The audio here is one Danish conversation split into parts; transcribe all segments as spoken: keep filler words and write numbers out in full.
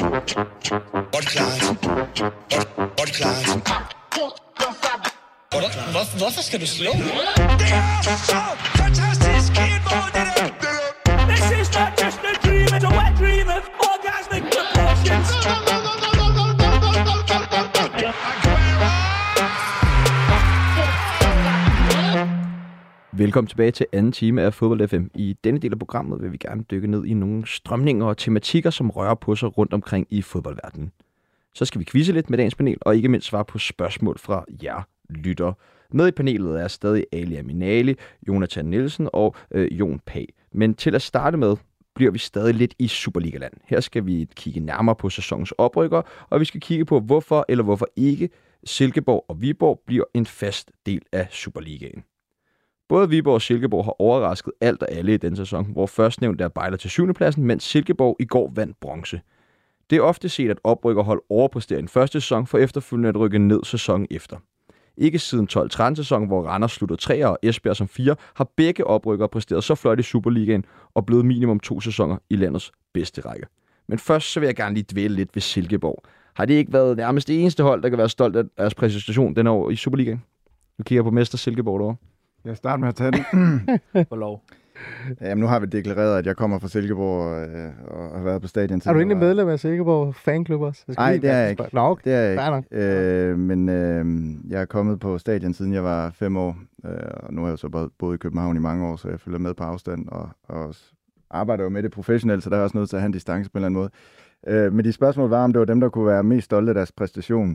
Hvorfor skal du slå? Det er så fantastisk keyboard, det der! This is not just a dream, it's a wet dream of orgasmic proportions. Velkommen tilbage til anden time af Fodbold F M. I denne del af programmet vil vi gerne dykke ned i nogle strømninger og tematikker, som rører på sig rundt omkring i fodboldverdenen. Så skal vi quizze lidt med dagens panel, og ikke mindst svare på spørgsmål fra jer lytter. Med i panelet er stadig Ali Aminali, Jonathan Nielsen og øh, Jon Pag. Men til at starte med bliver vi stadig lidt i Superligaland. Her skal vi kigge nærmere på sæsonens oprykker, og vi skal kigge på, hvorfor eller hvorfor ikke Silkeborg og Viborg bliver en fast del af Superligaen. Både Viborg og Silkeborg har overrasket alt og alle i denne sæson, hvor førstnævnte er bejler til syvende pladsen, mens Silkeborg i går vandt bronze. Det er ofte set, at oprykkerhold overpresterer i den første sæson, for efterfølgende at rykke ned sæsonen efter. Ikke siden tolv tretten sæson, hvor Randers slutter tre og Esbjerg som fire, har begge oprykkere præsteret så flot i Superligaen og blevet minimum to sæsoner i landets bedste række. Men først så vil jeg gerne lige dvæle lidt ved Silkeborg. Har det ikke været nærmest det eneste hold, der kan være stolt af deres præstation den år i Superligaen? Nu kigger jeg på mester Silkeborg derovre. Jeg starter med at tage den. For lov. Jamen, nu har vi deklareret, at jeg kommer fra Silkeborg øh, og har været på stadion. Er du egentlig medlem af Silkeborg fanklub også? Nej, det er jeg ikke. Nå, okay. Det er jeg ikke. Øh, men øh, jeg er kommet på stadion, siden jeg var fem år. Øh, og nu har jeg så boet i København i mange år, så jeg følger med på afstand. Og, og arbejder jo med det professionelt, så der er også nødt til at have en distance på en eller anden måde. Øh, men de spørgsmål var, om det var dem, der kunne være mest stolte af deres præstation.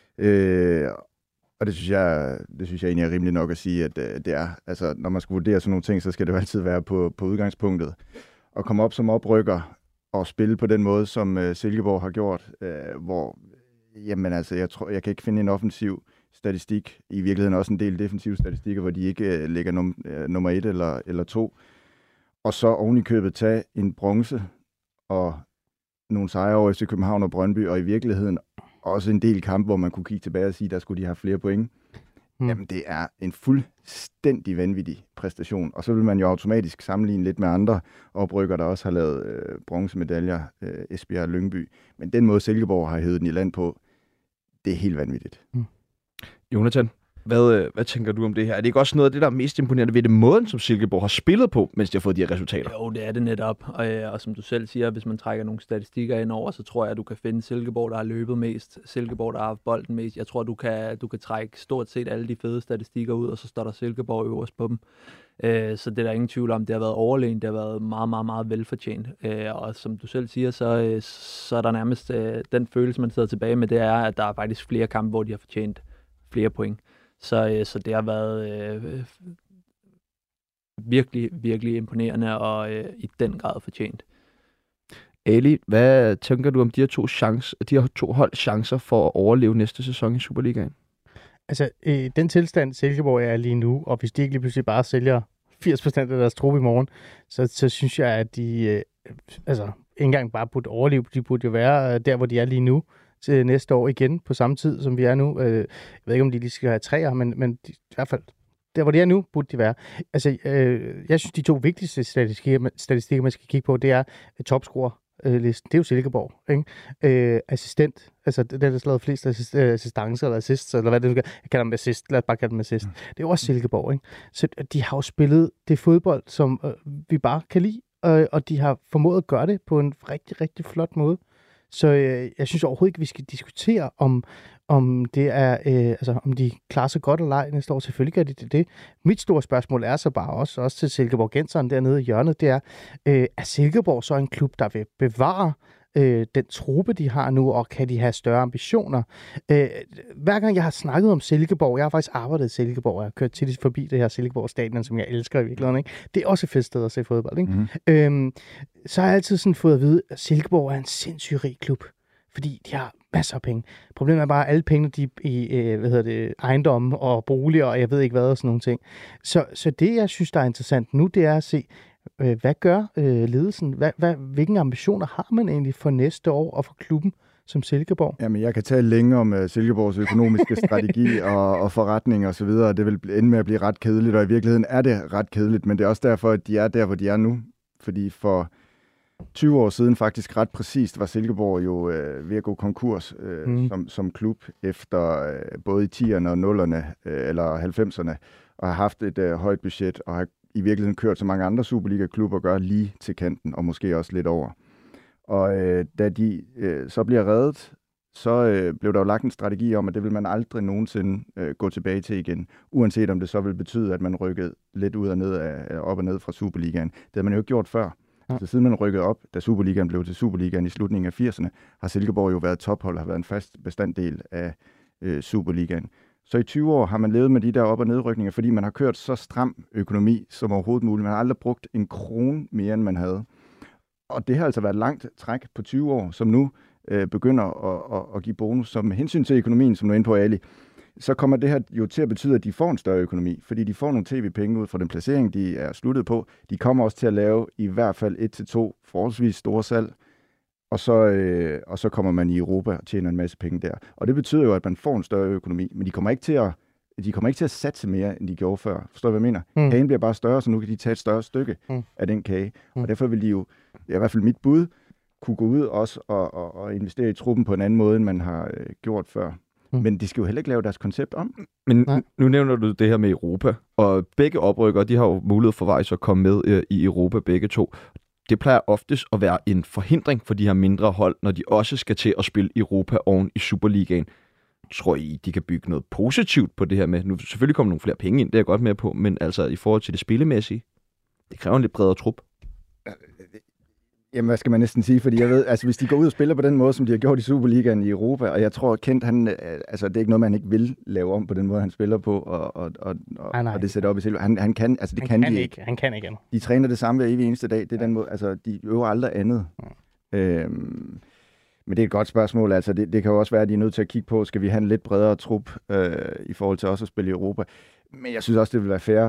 Øh, Og det synes jeg, det synes jeg egentlig er rimeligt nok at sige, at øh, det er. Altså, når man skal vurdere sådan nogle ting, så skal det jo altid være på, på udgangspunktet. At komme op som oprykker og spille på den måde, som øh, Silkeborg har gjort, øh, hvor, jamen altså, jeg tror, jeg kan ikke finde en offensiv statistik. I virkeligheden også en del defensive statistikker, hvor de ikke øh, ligger num, øh, nummer et eller, eller to. Og så oven i købet tage en bronze og nogle sejre over F C København og Brøndby, og i virkeligheden også en del kampe, hvor man kunne kigge tilbage og sige, der skulle de have flere point. Mm. Jamen, det er en fuldstændig vanvittig præstation. Og så vil man jo automatisk sammenligne lidt med andre oprykker, der også har lavet øh, bronzemedaljer, øh, Esbjerg og Lyngby. Men den måde, Silkeborg har hævet den i land på, det er helt vanvittigt. Mm. Jonathan, hvad, hvad tænker du om det her? Er det ikke også noget af det, der er mest imponerende ved det måden, som Silkeborg har spillet på, mens de har fået de her resultater? Jo, det er det netop. Og, og som du selv siger, hvis man trækker nogle statistikker ind over, så tror jeg, at du kan finde Silkeborg, der har løbet mest, Silkeborg, der har haft bolden mest. Jeg tror, du kan, du kan trække stort set alle de fede statistikker ud, og så står der Silkeborg øverst på dem. Øh, så det er der ingen tvivl om. Det har været overlegent, det har været meget, meget, meget velfortjent. Øh, og som du selv siger, så, så er der nærmest øh, den følelse, man sidder tilbage med, det er, at der er faktisk flere kampe, hvor de har fortjent flere point. Så, øh, så det har været øh, virkelig, virkelig imponerende og øh, i den grad fortjent. Ali, hvad tænker du om de her to, chance, de her to hold chancer for at overleve næste sæson i Superligaen? Altså, øh, den tilstand Silkeborg er lige nu, og hvis de ikke lige pludselig bare sælger firs procent af deres trup i morgen, så, så synes jeg, at de øh, altså, ikke engang bare burde overleve. De burde jo være der, hvor de er lige nu, til næste år igen, på samme tid, som vi er nu. Øh, jeg ved ikke, om de lige skal have træer, men, men de, i hvert fald, der hvor de er nu, burde de være. Altså, øh, jeg synes, de to vigtigste statistikker, statistikker man skal kigge på, det er topscorer-listen. Det er jo Silkeborg, ikke? Øh, assistent, altså det der, der slået flest assist, assistancer eller assists, eller hvad det nu skal. Jeg kalder dem assist, lad os bare kalde dem assist. Det er jo også Silkeborg, ikke? Så de har jo spillet det fodbold, som øh, vi bare kan lide, øh, og de har formået at gøre det på en rigtig, rigtig flot måde. Så øh, jeg synes overhovedet ikke, vi skal diskutere, om, om det er, øh, altså, om de klarer sig godt eller ej næste år. Selvfølgelig gør de det, det. Mit store spørgsmål er så bare også, også til Silkeborg-genseren dernede i hjørnet, det er, øh, er Silkeborg så en klub, der vil bevare øh, den truppe, de har nu, og kan de have større ambitioner? Øh, hver gang jeg har snakket om Silkeborg, jeg har faktisk arbejdet i Silkeborg, jeg har kørt tit forbi det her Silkeborg Stadion, som jeg elsker i virkeligheden, ikke? Det er også et fedt sted at se fodbold, ikke? Mm-hmm. Øhm, så har jeg altid sådan fået at vide, at Silkeborg er en sindssygt rig klub, fordi de har masser af penge. Problemet er bare, at alle pengene de i øh, hvad hedder det, ejendomme og boliger, og jeg ved ikke hvad, og sådan nogle ting. Så, så det, jeg synes, der er interessant nu, det er at se, øh, hvad gør øh, ledelsen? Hvad, hvad, hvilke ambitioner har man egentlig for næste år og for klubben som Silkeborg? Jamen, jeg kan tale længe om uh, Silkeborgs økonomiske strategi og, og forretning og så videre. Det vil ende med at blive ret kedeligt, og i virkeligheden er det ret kedeligt, men det er også derfor, at de er der, hvor de er nu. Fordi for tyve år siden faktisk ret præcist var Silkeborg jo øh, ved at gå konkurs øh, mm. som, som klub efter øh, både i tierne og nullerne øh, eller halvfemserne og har haft et øh, højt budget og har i virkeligheden kørt så mange andre Superliga-klubber gør lige til kanten og måske også lidt over. Og øh, da de øh, så bliver reddet, så øh, blev der jo lagt en strategi om, at det vil man aldrig nogensinde øh, gå tilbage til igen, uanset om det så vil betyde, at man rykkede lidt ud og ned af, op og ned fra Superligaen. Det havde man jo ikke gjort før. Ja. Så siden man rykkede op, da Superligaen blev til Superligaen i slutningen af firserne, har Silkeborg jo været tophold og har været en fast bestanddel af øh, Superligaen. Så i tyve år har man levet med de der op- og nedrykninger, fordi man har kørt så stram økonomi som overhovedet muligt. Man har aldrig brugt en krone mere, end man havde. Og det har altså været et langt træk på tyve år, som nu øh, begynder at, at, at give bonus. Så med hensyn til økonomien, som du er inde på, Ali, så kommer det her jo til at betyde, at de får en større økonomi, fordi de får nogle tv-penge ud fra den placering, de er sluttet på. De kommer også til at lave i hvert fald et til to forholdsvis store salg, og så, øh, og så kommer man i Europa og tjener en masse penge der. Og det betyder jo, at man får en større økonomi, men de kommer ikke til at, de kommer ikke til at satse mere, end de gjorde før. Forstår du, hvad jeg mener? Mm. Kagen bliver bare større, så nu kan de tage et større stykke mm. af den kage. Mm. Og derfor vil de jo, i hvert fald mit bud, kunne gå ud også og, og, og investere i truppen på en anden måde, end man har øh, gjort før. Mm. Men de skal jo heller ikke lave deres koncept om. Men Nej. nu nævner du det her med Europa, og begge oprykkere, de har jo mulighed for vejs at komme med øh, i Europa, begge to. Det plejer oftest at være en forhindring for de her mindre hold, når de også skal til at spille Europa oven i Superligaen. Tror I, de kan bygge noget positivt på det her med? Nu selvfølgelig kommer nogle flere penge ind, det er jeg godt med på, men altså i forhold til det spillemæssige, det kræver en lidt bredere trup. Jamen, hvad skal man næsten sige? Fordi jeg ved, altså hvis de går ud og spiller på den måde, som de har gjort i Superligaen i Europa, og jeg tror, Kent, han, altså det er ikke noget, man ikke vil lave om på den måde, han spiller på, og, og, og, og, og det sætter op i selv. Han, han kan, altså det han kan, kan de ikke. Han kan ikke. De træner det samme hver evig eneste dag. Det er den måde, altså de øver aldrig andet. Ja. Øhm, men det er et godt spørgsmål. Altså det, det kan jo også være, at de er nødt til at kigge på, skal vi have en lidt bredere trup øh, i forhold til også at spille i Europa. Men jeg synes også, det vil være fair,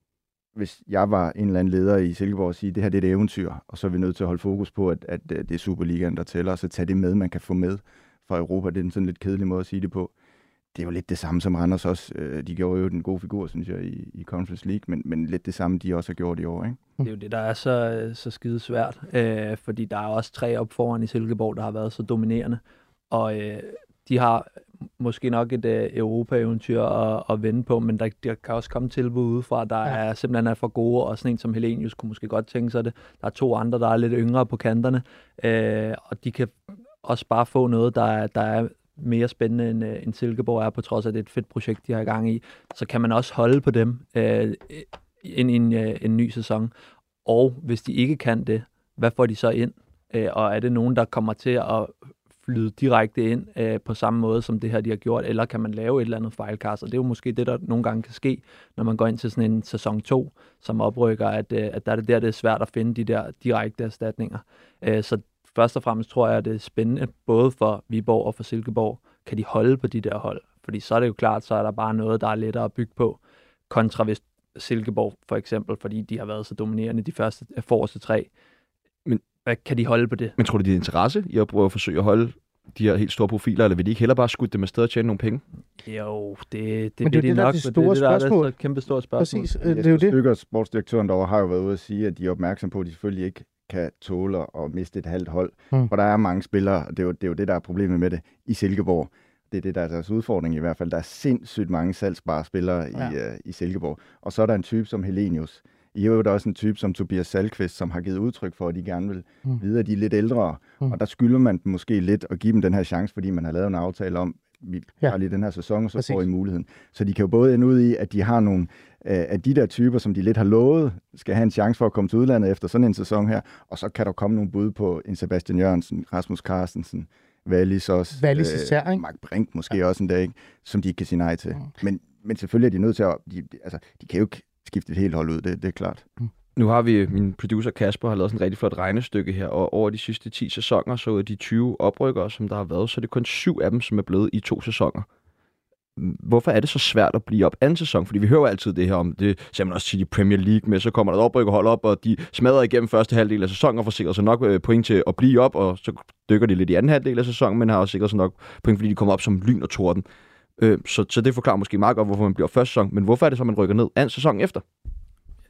hvis jeg var en eller anden leder i Silkeborg og sige, at det her det er et eventyr, og så er vi nødt til at holde fokus på, at, at det er Superligaen, der tæller, og så tage det med, man kan få med fra Europa. Det er en sådan lidt kedelig måde at sige det på. Det er jo lidt det samme som Randers også. De gjorde jo den gode figur, synes jeg, i, i Conference League, men, men lidt det samme, de også har gjort i år, ikke? Det er jo det, der er så, så skide svært, øh, fordi der er også tre op foran i Silkeborg, der har været så dominerende, og øh, de har måske nok et øh, Europa-eventyr at, at vende på, men der, der kan også komme tilbud udefra, der ja. er simpelthen er for gode, og sådan en som Helenius kunne måske godt tænke sig det. Der er to andre, der er lidt yngre på kanterne, øh, og de kan også bare få noget, der er, der er mere spændende end, øh, end Silkeborg er, på trods af det er et fedt projekt, de har i gang i. Så kan man også holde på dem øh, ind i en, øh, en ny sæson. Og hvis de ikke kan det, hvad får de så ind? Øh, og er det nogen, der kommer til at flyde direkte ind øh, på samme måde, som det her, de har gjort, eller kan man lave et eller andet fejlkast? Og det er jo måske det, der nogle gange kan ske, når man går ind til sådan en sæson to, som oprykker, at, øh, at der er det der, det er svært at finde de der direkte erstatninger. Øh, så først og fremmest tror jeg, at det er spændende, både for Viborg og for Silkeborg, kan de holde på de der hold? Fordi så er det jo klart, så er der bare noget, der er lettere at bygge på, kontra hvis Silkeborg for eksempel, fordi de har været så dominerende de første forreste tre. Men hvad kan de holde på det? Men tror du, de har interesse i at prøve at forsøge at holde de her helt store profiler, eller vil de ikke heller bare skudde dem afsted og tjene nogle penge? Jo, det, det men vil det er de det, nok, det, det, det, det der spørgsmål. er et kæmpe stort spørgsmål. Præcis, det er jo det. Stykker, sportsdirektøren derovre, har jo været ude at sige, at de er opmærksom på, at de selvfølgelig ikke kan tåle at miste et halvt hold. Hmm. For der er mange spillere, og det er, jo, det er jo det, der er problemet med det i Silkeborg. Det er det, der er deres udfordring i hvert fald. Der er sindssygt mange salgsbare spillere ja. i, uh, i Silkeborg. Og så er der en type som Helenius. I øvrigt også en type som Tobias Salkvist, som har givet udtryk for, at de gerne vil mm. vide, at de er lidt ældre. Mm. Og der skylder man dem måske lidt at give dem den her chance, fordi man har lavet en aftale om, vi ja. har lige den her sæson, og så Præcis. får I muligheden. Så de kan jo både ende ud i, at de har nogle øh, af de der typer, som de lidt har lovet, skal have en chance for at komme til udlandet efter sådan en sæson her. Og så kan der komme nogle bud på en Sebastian Jørgensen, Rasmus Carstensen, Wallis også. Wallis øh, især, ikke? Mark Brink måske ja. også en dag, ikke? Som de ikke kan sige nej til. Mm. Men, men selvfølgelig er de nødt til at... De, altså, de kan jo ikke skifte et helt hold ud, det, det er klart. Mm. Nu har vi, min producer Kasper har lavet sådan et rigtig flot regnestykke her, og over de sidste ti sæsoner, så er de tyve oprykkere, som der har været, så er det kun syv af dem, som er blevet i to sæsoner. Hvorfor er det så svært at blive op anden sæson? Fordi vi hører altid det her om, det ser man også til i Premier League med, så kommer der et oprykkerhold op, og de smadrer igennem første halvdel af sæsonen og får sikret sig nok point til at blive op, og så dykker de lidt i anden halvdel af sæsonen, men har også sikret sig nok point, fordi de kommer op som lyn og torden. Så, så det forklarer måske meget godt, hvorfor man bliver første sæson, men hvorfor er det så, man rykker ned anden sæson efter?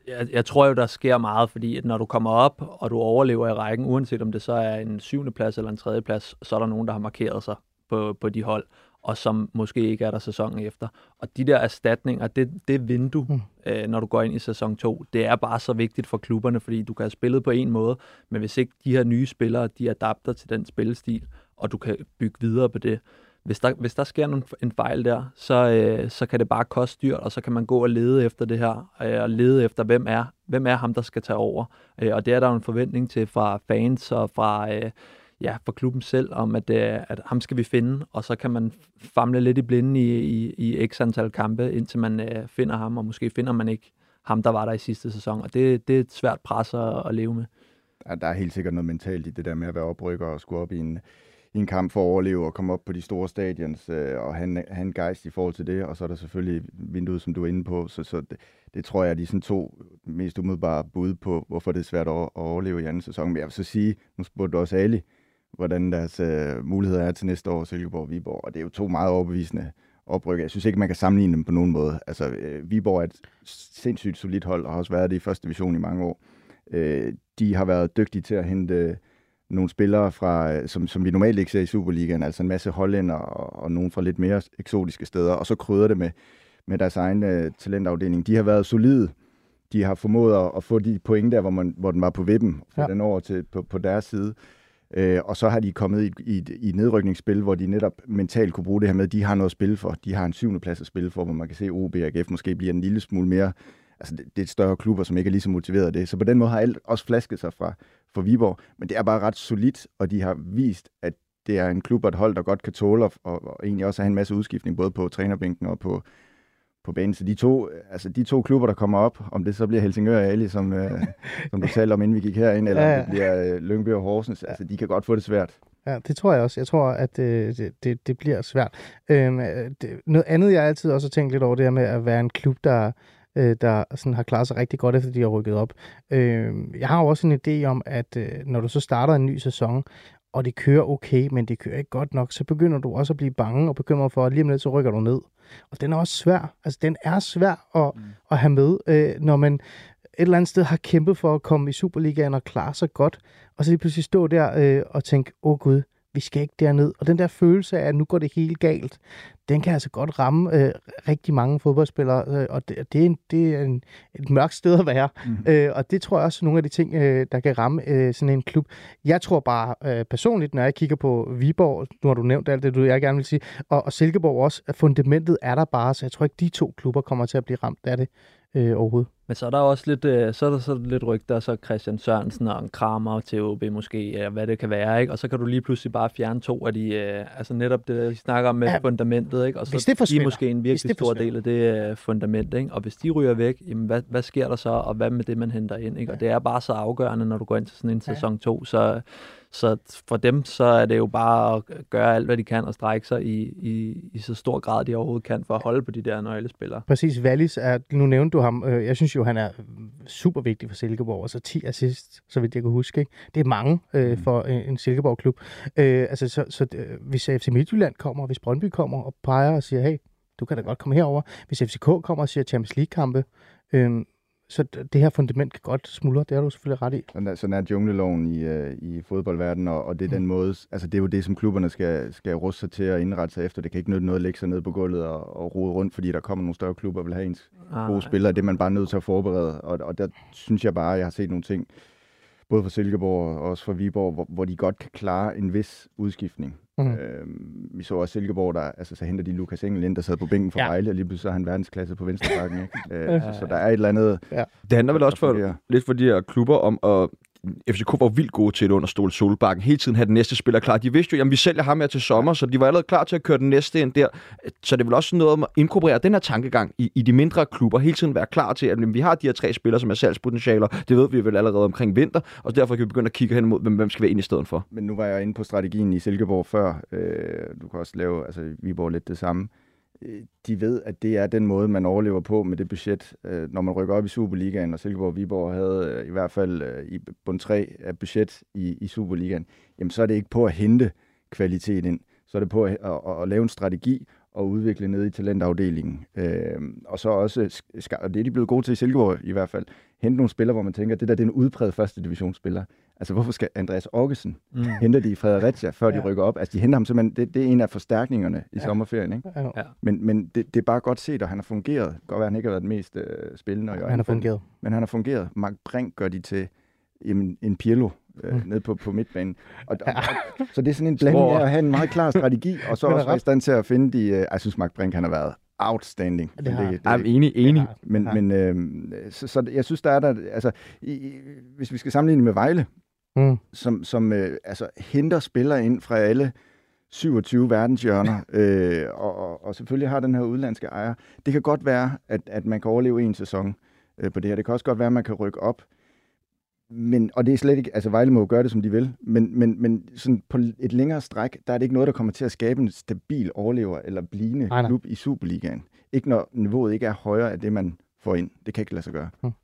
Jeg, jeg tror jo, der sker meget, fordi at når du kommer op, og du overlever i rækken, uanset om det så er en syvende plads eller en tredje plads, så er der nogen, der har markeret sig på, på de hold, og som måske ikke er der sæsonen efter. Og de der erstatninger, det, det vindue, mm. øh, når du går ind i sæson to, det er bare så vigtigt for klubberne, fordi du kan have spillet på en måde, men hvis ikke de her nye spillere, de adapter til den spillestil, og du kan bygge videre på det, Hvis der, hvis der sker en, en fejl der, så, øh, så kan det bare koste dyrt, og så kan man gå og lede efter det her, øh, og lede efter, hvem er, hvem er ham, der skal tage over. Øh, og det er der jo en forventning til fra fans og fra, øh, ja, fra klubben selv, om at, øh, at ham skal vi finde, og så kan man famle lidt i blinde i, i, i x antal kampe, indtil man øh, finder ham, og måske finder man ikke ham, der var der i sidste sæson. Og det, det er et svært pres at, at leve med. Der, der er helt sikkert noget mentalt i det der med at være oprykker og skulle op i en i en kamp for at overleve og komme op på de store stadions øh, og have en gejst i forhold til det, og så er der selvfølgelig vinduet, som du er inde på, så, så det, det tror jeg er de sådan to mest umiddelbare bud på, hvorfor det er svært at, at overleve i anden sæson. Men jeg vil så sige, nu spurgte du også Ali, hvordan deres øh, muligheder er til næste år, Silkeborg og Viborg, og det er jo to meget overbevisende oprykker. Jeg synes ikke, man kan sammenligne dem på nogen måde. Altså, øh, Viborg er et sindssygt solidt hold, og har også været det i første division i mange år. Øh, de har været dygtige til at hente nogle spillere, fra, som, som vi normalt ikke ser i Superligaen, altså en masse hollænder og, og nogle fra lidt mere eksotiske steder, og så krydder det med, med deres egen uh, talentafdeling. De har været solide. De har formået at, at få de point der, hvor, man, hvor den var på vippen, for ja. den over til, på, på deres side. Uh, og så har de kommet i, i, i et nedrykningsspil, hvor de netop mentalt kunne bruge det her med, at de har noget at spille for. De har en syvende plads at spille for, hvor man kan se, at O B og A G F måske bliver en lille smule mere. Altså, det, det er et større klubber, som ikke er lige så motiveret af det. Så på den måde har alt også flasket sig fra for Viborg, men det er bare ret solidt, og de har vist, at det er en klub og et hold, der godt kan tåle, og, og egentlig også have en masse udskiftning, både på trænerbænken og på, på banen. Så de to, altså de to klubber, der kommer op, om det så bliver Helsingør og Ali, som, øh, som du talte om, inden vi gik herind, eller ja, ja. om det bliver øh, Lyngby og Horsens, altså de kan godt få det svært. Ja, det tror jeg også. Jeg tror, at øh, det, det, det bliver svært. Øhm, det, noget andet, jeg altid også har tænkt lidt over, det her med at være en klub, der der sådan har klaret sig rigtig godt, efter de har rykket op. Jeg har jo også en idé om, at når du så starter en ny sæson, og det kører okay, men det kører ikke godt nok, så begynder du også at blive bange og bekymret for, at lige om lidt, så rykker du ned. Og den er også svær. Altså, den er svær at, mm. at have med, når man et eller andet sted har kæmpet for at komme i Superligaen og klare sig godt, og så lige pludselig stå der og tænke, åh gud, vi skal ikke derned. Og den der følelse af, at nu går det helt galt, den kan altså godt ramme øh, rigtig mange fodboldspillere, øh, og det, det er, en, det er en, et mørkt sted at være. Mm. Øh, og det tror jeg også er nogle af de ting, øh, der kan ramme øh, sådan en klub. Jeg tror bare øh, personligt, når jeg kigger på Viborg, nu har du nævnt alt det, du jeg gerne vil sige, og, og Silkeborg også, at fundamentet er der bare, så jeg tror ikke, de to klubber kommer til at blive ramt af det øh, overhovedet. Men så er der også lidt, øh, så er der så lidt rygter, så Christian Sørensen og en Kramer til O B måske, ja, hvad det kan være, ikke? Og så kan du lige pludselig bare fjerne to af de, øh, altså netop det, vi snakker om med ja, fundamentet, ikke? Og så er måske en virkelig stor del af det øh, fundament, ikke? Og hvis de ryger væk, jamen hvad, hvad sker der så, og hvad med det, man henter ind, ikke? Og det er bare så afgørende, når du går ind til sådan en ja. sæson to, så, så for dem, så er det jo bare at gøre alt, hvad de kan, og strække sig i, i, i så stor grad, de overhovedet kan, for at holde på de der nøglespillere. Præcis, Wallis er, nu nævnte du ham, øh, jeg synes jo, han er super vigtig for Silkeborg, altså ti assist, så vidt jeg kan huske, ikke? Det er mange øh, mm. for en, en Silkeborg-klub. Øh, altså, så, så øh, hvis F C Midtjylland kommer, hvis Brøndby kommer og peger og siger, hey, du kan da godt komme herover. Hvis F C K kommer og siger Champions League-kampe, øh, så det her fundament kan godt smuldre, det har du selvfølgelig ret i. Sådan er, sådan er jungleloven i, uh, i fodboldverdenen, og, og det er mm. den måde, altså det er jo det, som klubberne skal, skal ruste sig til at indrette sig efter. Det kan ikke nytte noget at lægge sig ned på gulvet og, og rode rundt, fordi der kommer nogle større klubber og vil have ens ah, gode spillere. Det er man bare nødt til at forberede, og, og der synes jeg bare, jeg har set nogle ting, både fra Silkeborg og også fra Viborg, hvor, hvor de godt kan klare en vis udskiftning. Mm. Øhm, vi så også Silkeborg, der, altså så henter de Lukas Engel ind, der sad på bænken for ja. Vejle, og lige pludselig så er han verdensklasse på venstrebakken. Ikke? øh, ja. så, så der er et eller andet... Ja. Det handler vel også for, lidt for de her klubber om at... F C K var vildt gode til det under Ståle Solbakken. Hele tiden havde den næste spiller klar. De vidste jo, at vi sælger ham her til sommer, så de var allerede klar til at køre den næste ind der. Så det er vel også noget om at inkorporere den her tankegang i, i de mindre klubber. Hele tiden være klar til, at vi har de her tre spillere, som er salgspotentialer. Det ved vi vel allerede omkring vinter, og derfor kan vi begynde at kigge hen mod, hvem, hvem skal være ind i stedet for. Men nu var jeg inde på strategien i Silkeborg før. Øh, du kan også lave, altså Viborg lidt det samme. De ved, at det er den måde, man overlever på med det budget. Når man rykker op i Superligaen, og Silkeborg og Viborg havde i hvert fald i bund tre af budget i, i Superligaen, jamen så er det ikke på at hente kvalitet ind. Så er det på at, at, at lave en strategi og udvikle nede i talentafdelingen. Øh, og så også, og det er de blevet gode til i Silkeborg i hvert fald, hente nogle spillere, hvor man tænker, det der det er en udpræget første divisionsspiller. Altså, hvorfor skal Andreas Augesen mm. hente de i Fredericia, før ja. de rykker op? Altså, de henter ham simpelthen, det, det er en af forstærkningerne i ja. sommerferien, ikke? Ja. Men, men det, det er bare godt set, og han har fungeret. Det kan godt være, at han ikke har været den mest øh, spillende. Ja, han har fungeret. Men han har fungeret. Mark Brink gør de til jamen, en Pirlo øh, mm. nede på, på midtbanen. Og, og, og, så det er sådan en blanding af at have en meget klar strategi, og så også være i stand til at finde de... Øh, jeg synes, Mark Brink, han har været outstanding. Det har. Det, det, jeg er enig, enig. Men, men øh, så, så jeg synes, der er der... Altså, i, hvis vi skal sammenligne med Vejle, mm. som, som øh, altså, henter spillere ind fra alle syvogtyve verdenshjørner, øh, og, og, og selvfølgelig har den her udlandske ejer. Det kan godt være, at, at man kan overleve en sæson øh, på det her. Det kan også godt være, at man kan rykke op. Men, og det er slet ikke, altså Vejle må jo gøre det, som de vil, men, men, men sådan på et længere stræk, der er det ikke noget, der kommer til at skabe en stabil overlever eller blivende nej, nej. klub i Superligaen. Ikke når niveauet ikke er højere af det, man får ind. Det kan ikke lade sig gøre. Hmm.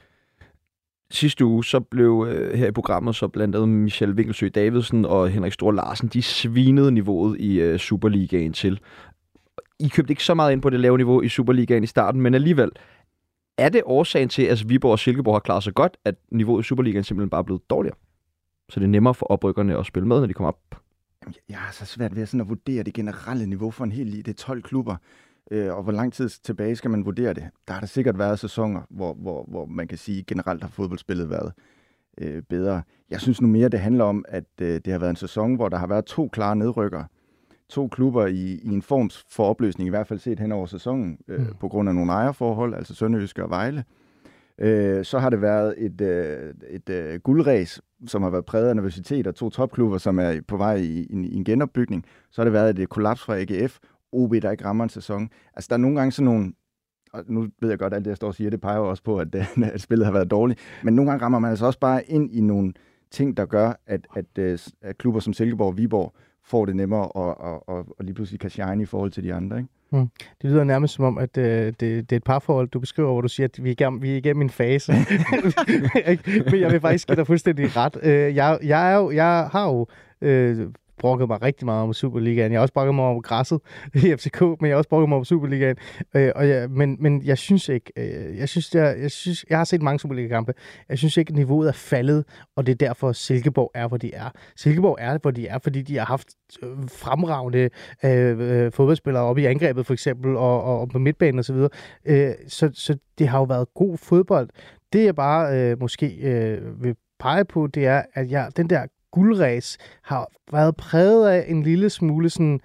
Sidste uge, så blev øh, her i programmet, så blandt andet Michel Winkelsø Davidsen og Henrik Store Larsen, de svinede niveauet i øh, Superligaen til. I købte ikke så meget ind på det lave niveau i Superligaen i starten, men alligevel, er det årsagen til, at Viborg og Silkeborg har klaret sig godt, at niveauet i Superligaen simpelthen bare er blevet dårligere? Så det er nemmere for oprykkerne at spille med, når de kommer op? Jamen, jeg har så svært ved at, sådan at vurdere det generelle niveau for en hel lige. Det er tolv klubber, øh, og hvor lang tid tilbage skal man vurdere det? Der har der sikkert været sæsoner, hvor, hvor, hvor man kan sige, generelt har fodboldspillet været øh, bedre. Jeg synes nu mere, det handler om, at øh, det har været en sæson, hvor der har været to klare nedrykkere. To klubber i, i en form for opløsning, i hvert fald set hen over sæsonen, øh, mm. på grund af nogle ejerforhold, altså Sønderjyske og Vejle. Øh, så har det været et, øh, et øh, guldræs, som har været præget af nervøsitet, og to topklubber, som er på vej i, i, i en genopbygning. Så har det været et kollaps fra A G F, O B, der ikke rammer en sæson. Altså, der er nogle gange sådan nogle, og nu ved jeg godt, at alt det, jeg står og siger, det peger også på, at, at spillet har været dårligt, men nogle gange rammer man altså også bare ind i nogle ting, der gør, at, at, at klubber som Silkeborg og Viborg får det nemmere og, og, og, og lige pludselig kan shine i forhold til de andre, ikke? Mm. Det lyder nærmest som om, at øh, det, det er et parforhold, du beskriver, hvor du siger, at vi er igennem, vi er igennem en fase. Men jeg vil faktisk give dig fuldstændig ret. Øh, jeg, jeg, er jo, jeg har jo øh, brokket mig rigtig meget om Superligaen. Jeg har også brokket mig om græsset i F C K, men jeg har også brokket mig om Superligaen. Øh, og jeg, men, men jeg synes ikke, øh, jeg synes, jeg, jeg synes, jeg har set mange Superliga-kampe. Jeg synes ikke, at niveauet er faldet, og det er derfor, Silkeborg er, hvor de er. Silkeborg er, hvor de er, fordi de har haft øh, fremragende øh, fodboldspillere oppe i angrebet, for eksempel, og, og, og på midtbanen og så videre. Øh, så, så det har jo været god fodbold. Det, jeg bare øh, måske øh, vil pege på, det er, at jeg, den der guldræs har været præget af en lille smule sådan,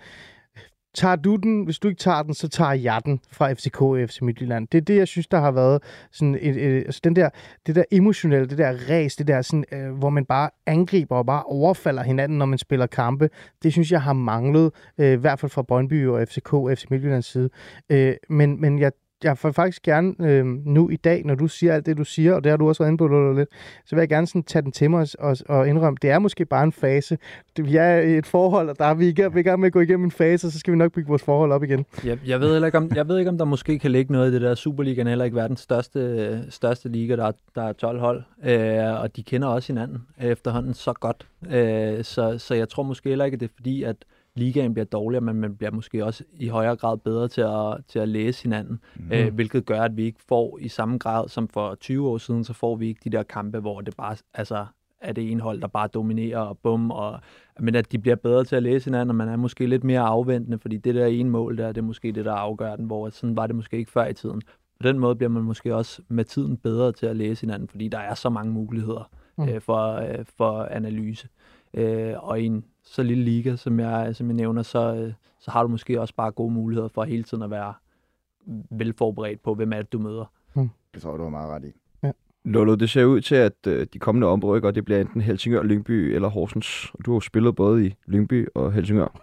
tager du den, hvis du ikke tager den, så tager jeg den fra F C K og F C Midtjylland. Det er det, jeg synes, der har været sådan et, et, altså den der, det der emotionelle, det der ræs, det der sådan, øh, hvor man bare angriber og bare overfalder hinanden, når man spiller kampe. Det synes jeg har manglet, øh, i hvert fald fra Brøndby og F C K og F C Midtjyllands side. Øh, men, men jeg Jeg vil faktisk gerne øh, nu i dag, når du siger alt det, du siger, og det har du også været inde på lidt, så vil jeg gerne sådan tage den til mig og, og indrømme, det er måske bare en fase. Vi er i et forhold, og der er vi i gang med at gå igennem en fase, og så skal vi nok bygge vores forhold op igen. Jeg, jeg, ved, ikke, om, jeg ved ikke, om der måske kan ligge noget i det der. Superligaen er heller ikke verdens største, største liga, der er, der er tolv hold, øh, og de kender også hinanden efterhånden så godt. Øh, så, så jeg tror måske heller ikke, at det er fordi, at ligaen bliver dårligere, men man bliver måske også i højere grad bedre til at, til at læse hinanden, mm. øh, hvilket gør, at vi ikke får i samme grad som for tyve år siden, så får vi ikke de der kampe, hvor det bare altså, er det ene hold, der bare dominerer og bum, og, men at de bliver bedre til at læse hinanden, og man er måske lidt mere afventende, fordi det der ene mål der, det er måske det, der afgør den, hvor sådan var det måske ikke før i tiden. På den måde bliver man måske også med tiden bedre til at læse hinanden, fordi der er så mange muligheder mm. øh, for, øh, for analyse. Øh, og i en så lille liga, som jeg, som jeg nævner, så, øh, så har du måske også bare gode muligheder for hele tiden at være velforberedt på, hvem er det, du møder. Mm. Det tror jeg, du har meget ret i. Ja. Lolo, det ser ud til, at øh, de kommende omrykker, det bliver enten Helsingør, Lyngby eller Horsens. Du har jo spillet både i Lyngby og Helsingør.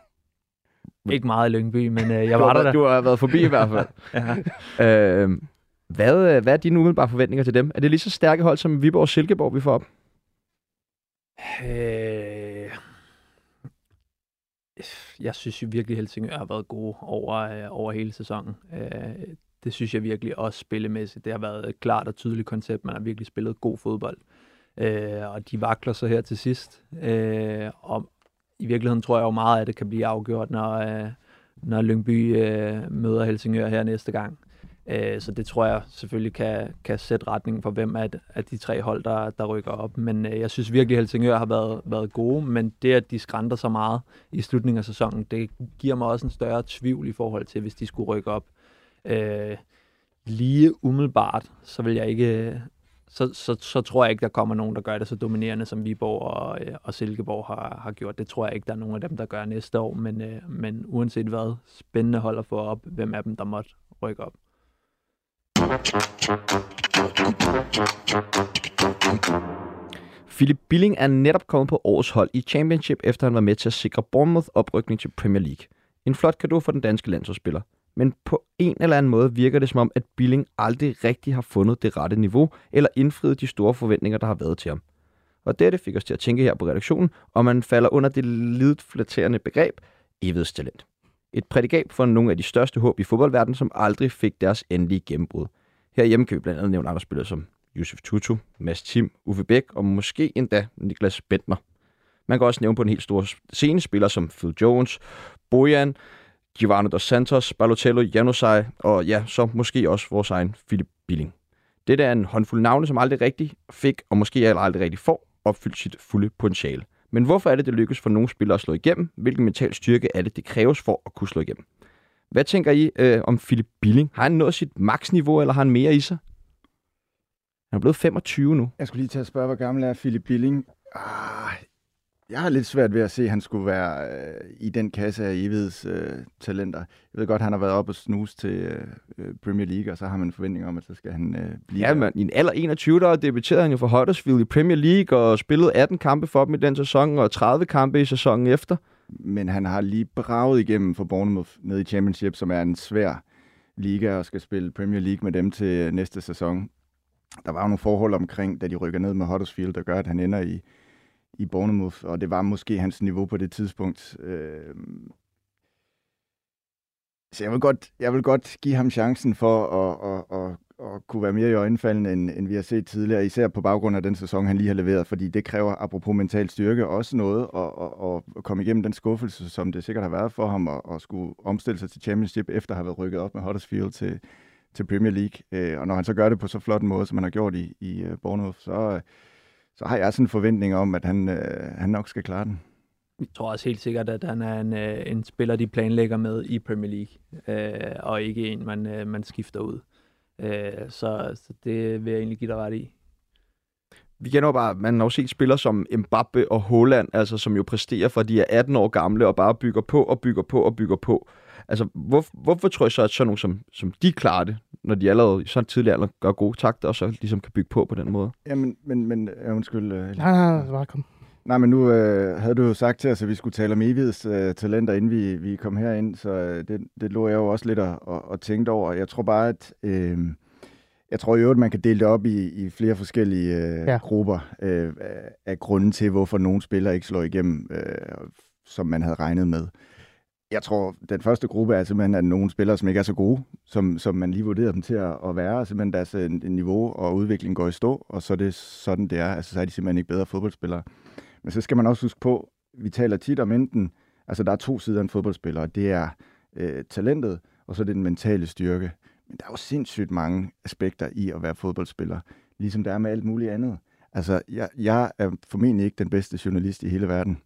Ikke meget i Lyngby, men øh, jeg var der. Du har været forbi i hvert fald. ja. øh, hvad, hvad er dine umiddelbare forventninger til dem? Er det lige så stærke hold som Viborg og Silkeborg, vi får op? Øh, jeg synes jo virkelig, at Helsingør har været gode over, øh, over hele sæsonen. Øh, det synes jeg virkelig også spillemæssigt. Det har været et klart og tydeligt koncept. Man har virkelig spillet god fodbold. Øh, og de vakler så her til sidst. Øh, og i virkeligheden tror jeg jo meget, at det kan blive afgjort, når, øh, når Lyngby øh, møder Helsingør her næste gang. Øh, så det tror jeg selvfølgelig kan, kan sætte retningen for, hvem af, af de tre hold, der, der rykker op. Men øh, jeg synes virkelig, at Helsingør har været, været gode, men det, at de skrænter så meget i slutningen af sæsonen, det giver mig også en større tvivl i forhold til, hvis de skulle rykke op. Øh, lige umiddelbart, så vil jeg ikke... Så, så, så tror jeg ikke, der kommer nogen, der gør det så dominerende, som Viborg og, og Silkeborg har, har gjort. Det tror jeg ikke, der er nogen af dem, der gør næste år. Men, øh, men uanset hvad, spændende hold at få op, hvem af dem, der måtte rykke op. Philip Billing er netop kommet på årets hold i Championship, efter han var med til at sikre Bournemouth oprykning til Premier League. En flot cadeau for den danske landsholdsspiller. Men på en eller anden måde virker det som om, at Billing aldrig rigtig har fundet det rette niveau, eller indfriet de store forventninger, der har været til ham. Og dette fik os til at tænke her på redaktionen, om man falder under det lidt flatterende begreb, evighedstalent. Et prædikat for nogle af de største håb i fodboldverdenen, som aldrig fik deres endelige gennembrud. Herhjemme kan vi blandt andet nævne andre spillere som Yusuf Tutu, Mads Thiem, Uffe Bæk og måske endda Niklas Bentner. Man kan også nævne på en helt stor scene spillere som Phil Jones, Bojan, Giovanni dos Santos, Balotello, Januzaj og ja, så måske også vores egen Philip Billing. Dette er en håndfuld navne, som aldrig rigtig fik, og måske aldrig rigtig får, opfyldt sit fulde potentiale. Men hvorfor er det, det lykkes for nogle spillere at slå igennem? Hvilken mental styrke er det, det kræves for at kunne slå igennem? Hvad tænker I øh, om Philip Billing? Har han nået sit maksniveau, eller har han mere i sig? Han er blevet femogtyve nu. Jeg skulle lige til at spørge, hvor gammel er Philip Billing? Ah, jeg har lidt svært ved at se, at han skulle være øh, i den kasse af evighedstalenter. Øh, talenter. Jeg ved godt, at han har været oppe og snuse til øh, Premier League, og så har man en forventning om, at så skal han øh, blive Ja, men i en alder enogtyve, der debuterede han jo for Huddersfield i Premier League, og spillede atten kampe for dem i den sæson, og tredive kampe i sæsonen efter. Men han har lige braget igennem for Bournemouth nede i Championship, som er en svær liga, og skal spille Premier League med dem til næste sæson. Der var jo nogle forhold omkring, da de rykker ned med Huddersfield, der gør, at han ender i, i Bournemouth, og det var måske hans niveau på det tidspunkt. Øh... Så jeg vil, godt, jeg vil godt give ham chancen for at, at, at, at kunne være mere i øjenfaldene, end, end vi har set tidligere, især på baggrund af den sæson, han lige har leveret, fordi det kræver, apropos mental styrke, også noget at, at, at komme igennem den skuffelse, som det sikkert har været for ham, at, at skulle omstille sig til Championship, efter at have været rykket op med Huddersfield til, til Premier League. Og når han så gør det på så flot en måde, som han har gjort i, i Bournemouth, så, så har jeg sådan en forventning om, at han, han nok skal klare den. Jeg tror også helt sikkert, at han er en, en spiller, de planlægger med i Premier League, øh, og ikke en, man, øh, man skifter ud. Øh, så, så det vil jeg egentlig give dig ret i. Vi kender jo bare, man har jo set spillere som Mbappe og Haaland, altså som jo præsterer fra de er atten år gamle, og bare bygger på og bygger på og bygger på. Altså, hvor, hvorfor tror jeg så, at sådan nogle som, som de klarer det, når de allerede i sådan tidlig alder gør gode takter, og så ligesom kan bygge på på den måde? Jamen, men, men undskyld. Øh, nej, nej, bare kom. Nej, men nu øh, havde du jo sagt til os, at vi skulle tale om evighedstalenter, øh, inden vi, vi kom herind, så øh, det, det lå jeg jo også lidt og, og, og tænkte over. Jeg tror bare, at øh, jeg tror jo, at man kan dele det op i, i flere forskellige øh, ja. grupper øh, af grunden til, hvorfor nogle spillere ikke slår igennem, øh, som man havde regnet med. Jeg tror, den første gruppe er simpelthen, at nogle spillere, som ikke er så gode, som, som man lige vurderede dem til at, at være, simpelthen deres en, en niveau og udvikling går i stå, og så er det sådan, det er. Altså, så er de simpelthen ikke bedre fodboldspillere. Men så skal man også huske på, vi taler tit om enten, altså der er to sider af en fodboldspiller, og det er øh, talentet, og så er det den mentale styrke. Men der er jo sindssygt mange aspekter i at være fodboldspiller, ligesom der er med alt muligt andet. Altså, jeg, jeg er formentlig ikke den bedste journalist i hele verden.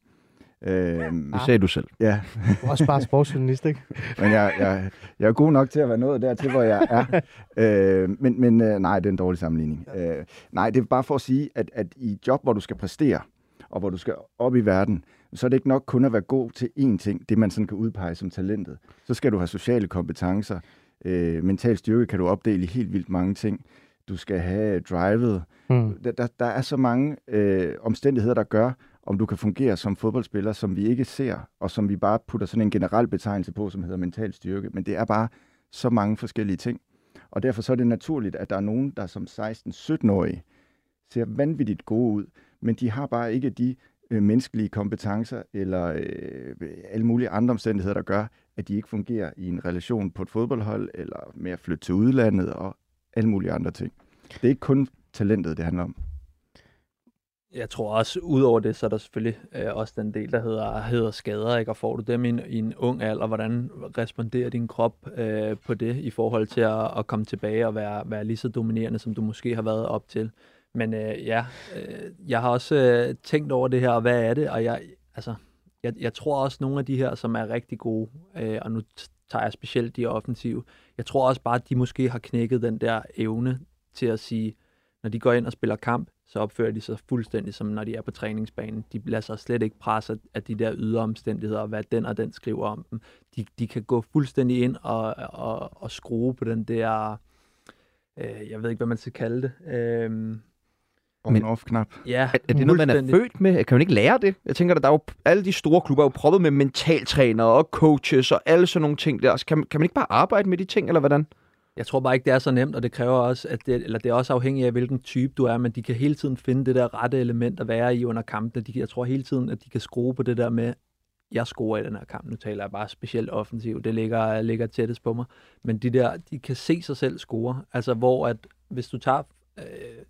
Øhm, det sagde du selv. Ja. Du er også bare sportsjournalist, ikke? Men jeg, jeg, jeg er god nok til at være nået dertil, hvor jeg er. øh, men men øh, nej, det er en dårlig sammenligning. Øh, nej, det er bare for at sige, at, at i et job, hvor du skal præstere, og hvor du skal op i verden, så er det ikke nok kun at være god til én ting, det man sådan kan udpege som talentet. Så skal du have sociale kompetencer, øh, mental styrke kan du opdele i helt vildt mange ting. Du skal have drivet. Mm. Der, der, der er så mange øh, omstændigheder, der gør, om du kan fungere som fodboldspiller, som vi ikke ser, og som vi bare putter sådan en generel betegnelse på, som hedder mental styrke. Men det er bare så mange forskellige ting. Og derfor så er det naturligt, at der er nogen, der som seksten-sytten-årige ser vanvittigt gode ud, men de har bare ikke de øh, menneskelige kompetencer eller øh, alle mulige andre omstændigheder, der gør, at de ikke fungerer i en relation på et fodboldhold, eller med at flytte til udlandet og alle mulige andre ting. Det er ikke kun talentet, det handler om. Jeg tror også, udover det, så er der selvfølgelig øh, også den del, der hedder, hedder skader, ikke? Og får du dem i en, i en ung alder, hvordan responderer din krop øh, på det, i forhold til at, at komme tilbage og være, være lige så dominerende, som du måske har været op til. Men øh, ja, øh, jeg har også øh, tænkt over det her, og hvad er det? Og jeg, altså, jeg, jeg tror også, nogle af de her, som er rigtig gode, øh, og nu tager jeg specielt de offensive, jeg tror også bare, at de måske har knækket den der evne til at sige, når de går ind og spiller kamp, så opfører de sig fuldstændig som når de er på træningsbanen. De lader sig slet ikke presse af de der ydre omstændigheder, og hvad den og den skriver om dem. De, de kan gå fuldstændig ind og, og, og skrue på den der, øh, jeg ved ikke, hvad man skal kalde det. Øh, On-off-knap. Ja, Er, er det noget, man er født med? Kan man ikke lære det? Jeg tænker, at der er jo, alle de store klubber er jo proppet med mentaltrænere og coaches og alle sådan nogle ting der. Så kan, kan man ikke bare arbejde med de ting, eller hvordan? Jeg tror bare ikke, det er så nemt, og det kræver også, at det, eller det er også afhængigt af, hvilken type du er, men de kan hele tiden finde det der rette element at være i under kampene. De, jeg tror hele tiden, at de kan skrue på det der med, jeg scorer i den her kamp. Nu taler jeg bare specielt offensivt. Det ligger, ligger tættest på mig. Men de der, de kan se sig selv score. Altså, hvor at, hvis du tager, øh,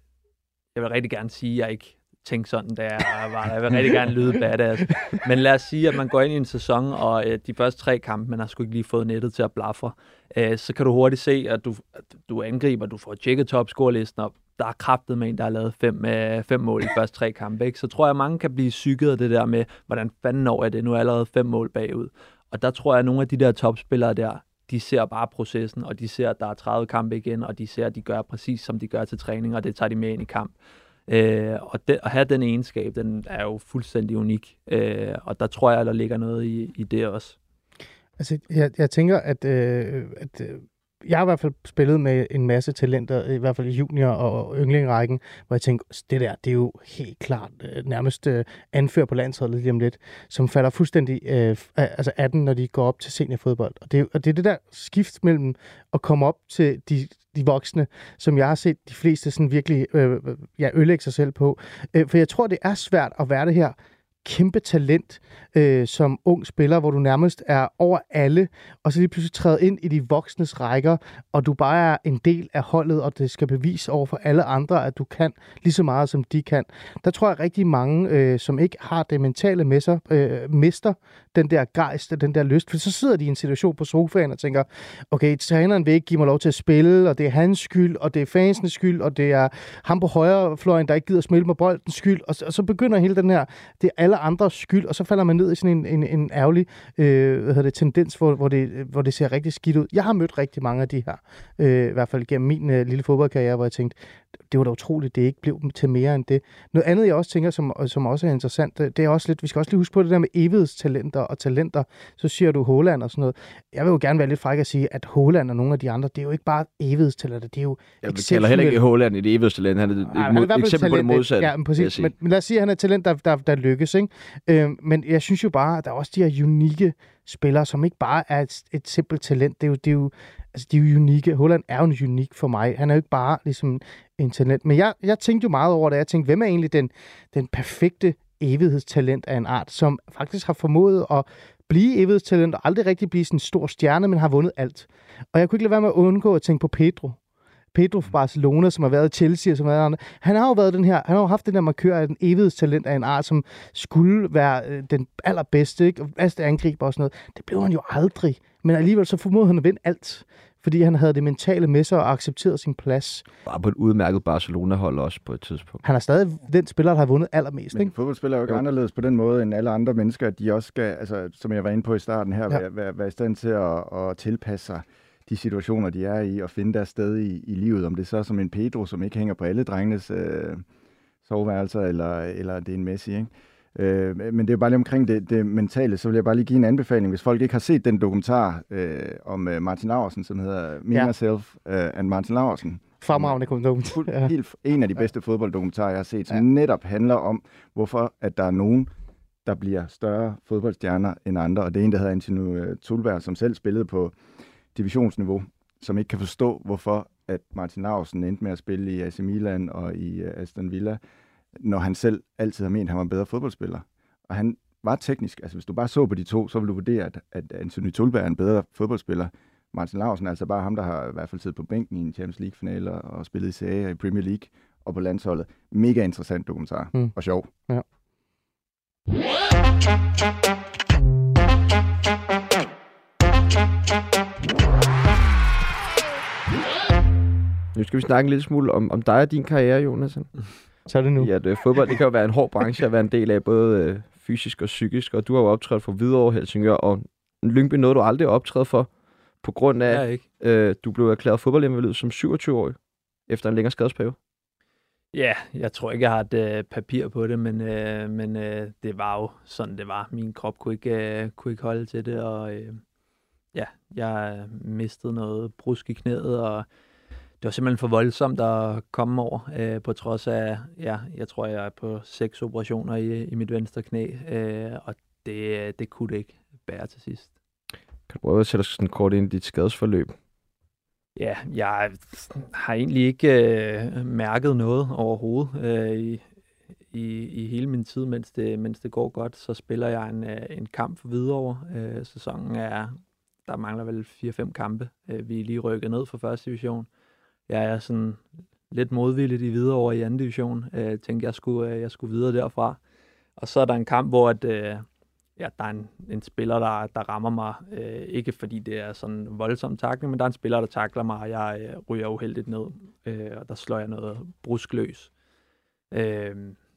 jeg vil rigtig gerne sige, at jeg ikke tænkte sådan, da jeg var der. Jeg vil rigtig gerne lyde badass. Men lad os sige, at man går ind i en sæson, og øh, de første tre kampe, man har sgu ikke lige fået nettet til at blafre. Øh, så kan du hurtigt se, at du, at du angriber, du får tjekket topscore-listen op. Der er kraftet med en, der har lavet fem, øh, fem mål i de første tre kampe. Ikke? Så tror jeg, at mange kan blive psyket af det der med, hvordan fanden over er det? Nu er allerede fem mål bagud. Og der tror jeg, at nogle af de der topspillere der, de ser bare processen, og de ser, at der er tredive kampe igen, og de ser, at de gør præcis, som de gør til træning, og det tager de med ind i kamp. Øh, og det, at have den egenskab, den er jo fuldstændig unik. Øh, og der tror jeg, der ligger noget i, i det også. Altså, jeg, jeg tænker, at, øh, at øh, jeg har i hvert fald spillet med en masse talenter, i hvert fald i junior- og yndlingrækken, hvor jeg tænker, det der, det er jo helt klart øh, nærmest øh, anfører på landsholdet lige om lidt, som falder fuldstændig øh, altså atten, når de går op til seniorfodbold. Og det, og det er det der skift mellem at komme op til de, de voksne, som jeg har set de fleste sådan virkelig øh, ja, ødelægge sig selv på. Øh, for jeg tror, det er svært at være det her kæmpe talent øh, som ung spiller, hvor du nærmest er over alle, og så lige pludselig træder ind i de voksnes rækker, og du bare er en del af holdet, og det skal bevise over for alle andre, at du kan lige så meget, som de kan. Der tror jeg rigtig mange, øh, som ikke har det mentale med sig, øh, mister den der gejst, den der lyst, for så sidder de i en situation på sofaen og tænker, okay, træneren vil ikke give mig lov til at spille, og det er hans skyld, og det er fansenes skyld, og det er ham på højre fløjen, der ikke gider spille med boldens skyld, og så, og så begynder hele den her, det er alle andres skyld, og så falder man ned i sådan en, en, en ærgerlig øh, hvad hedder det, tendens, hvor, hvor, det, hvor det ser rigtig skidt ud. Jeg har mødt rigtig mange af de her, øh, i hvert fald gennem min øh, lille fodboldkarriere, hvor jeg tænkte, det var da utroligt, det ikke blev til mere end det. Noget andet, jeg også tænker, som, som også er interessant, det er også lidt, vi skal også lige huske på det der med evighedstalenter og talenter. Så siger du Haaland og sådan noget. Jeg vil jo gerne være lidt fræk at sige, at Haaland og nogle af de andre, det er jo ikke bare evighedstalenter, det er jo jeg kalder heller ikke Haaland et evighedstalent. Han er et Nej, mod, eksempel talent, på det modsatte. Ja, men præcis. Men, men lad os sige, at han er et talent, der, der, der lykkes. Ikke? Øh, men jeg synes jo bare, at der er også de her unikke spillere, som ikke bare er et, et simpelt talent. Det er jo, det er jo, altså, de er jo unikke. Haaland er jo unik for mig. Han er jo ikke bare ligesom en talent. Men jeg, jeg tænkte jo meget over det. Jeg tænkte, hvem er egentlig den, den perfekte evighedstalent af en art, som faktisk har formået at blive evighedstalent og aldrig rigtig blive sådan en stor stjerne, men har vundet alt. Og jeg kunne ikke lade være med at undgå at tænke på Pedro. Pedro fra Barcelona, som har været i Chelsea, og som har været, han har jo været den her, han har jo haft den der markør af den evighedstalent af en art, som skulle være øh, den allerbedste, ikke? Og bedste angriber og sådan noget. Det blev han jo aldrig. Men alligevel så formåede han at vinde alt, fordi han havde det mentale med sig og accepterede sin plads. Bare på et udmærket Barcelona-hold også på et tidspunkt. Han er stadig den spiller, der har vundet allermest. Men ikke? fodboldspillere er jo ikke jo. anderledes på den måde end alle andre mennesker, at de også skal, altså, som jeg var inde på i starten her, ja. være, være, være i stand til at, at tilpasse sig de situationer, de er i, og finde deres sted i, i livet. Om det så er som en Pedro, som ikke hænger på alle drengenes øh, soveværelser, eller, eller det er en Messi, ikke? Øh, men det er bare lige omkring det, det mentale, så vil jeg bare lige give en anbefaling, hvis folk ikke har set den dokumentar øh, om øh, Martin Laursen, som hedder Me, ja. Myself uh, and Martin Laursen. Fremragende dokumentar. Ja. Helt en af de bedste fodbolddokumentarer, jeg har set, som ja. netop handler om, hvorfor at der er nogen, der bliver større fodboldstjerner end andre. Og det er en, der hedder Anthony Tulberg, som selv spillede på divisionsniveau, som ikke kan forstå, hvorfor at Martin Laursen endte med at spille i A C Milan og i uh, Aston Villa, når han selv altid har ment, at han var en bedre fodboldspiller. Og han var teknisk. Altså, hvis du bare så på de to, så ville du vurdere, at, at Anthony Tulberg er en bedre fodboldspiller. Martin Laursen er altså bare ham, der har i hvert fald siddet på bænken i en Champions League-finale og spillet i Serie A i Premier League, og på landsholdet. Mega interessant dokumentar, mm. og sjov. Ja. Nu skal vi snakke en lille smule om, om dig og din karriere, Jonas. Så er det nu. Ja, det, fodbold det kan jo være en hård branche at være en del af, både øh, fysisk og psykisk. Og du har jo optrådt for Hvidovre, Helsingør og Lyngby, noget du aldrig har optrådt for, på grund af, Ja, ikke. øh, du blev erklæret fodboldinvalid som syvogtyve-årig, efter en længere skadesperiode. Ja, jeg tror ikke, jeg har et øh, papir på det, men, øh, men øh, det var jo sådan, det var. Min krop kunne ikke, øh, kunne ikke holde til det, og øh, ja, jeg mistede noget brusk i knæet, og det var simpelthen for voldsomt at komme over, øh, på trods af, ja, jeg tror, jeg er på seks operationer i, i mit venstre knæ, øh, og det, det kunne det ikke bære til sidst. Kan du prøve at sætte sådan kort ind i dit skadesforløb? Ja, jeg har egentlig ikke øh, mærket noget overhovedet øh, i, i, i hele min tid, mens det, mens det går godt. Så spiller jeg en, øh, en kamp for Hvidovre. Øh, sæsonen er, der mangler vel fire fem kampe. Øh, vi er lige rykket ned fra første division. Jeg er sådan lidt modvilligt i Hvidovre i anden division. Jeg øh, tænkte, jeg skulle, øh, jeg skulle videre derfra. Og så er der en kamp, hvor at, øh, ja, der er en, en spiller, der, der rammer mig. Øh, ikke fordi det er sådan en voldsom tackling, men der er en spiller, der tackler mig, og jeg øh, ryger uheldigt ned. Øh, og der slår jeg noget bruskløs. Øh,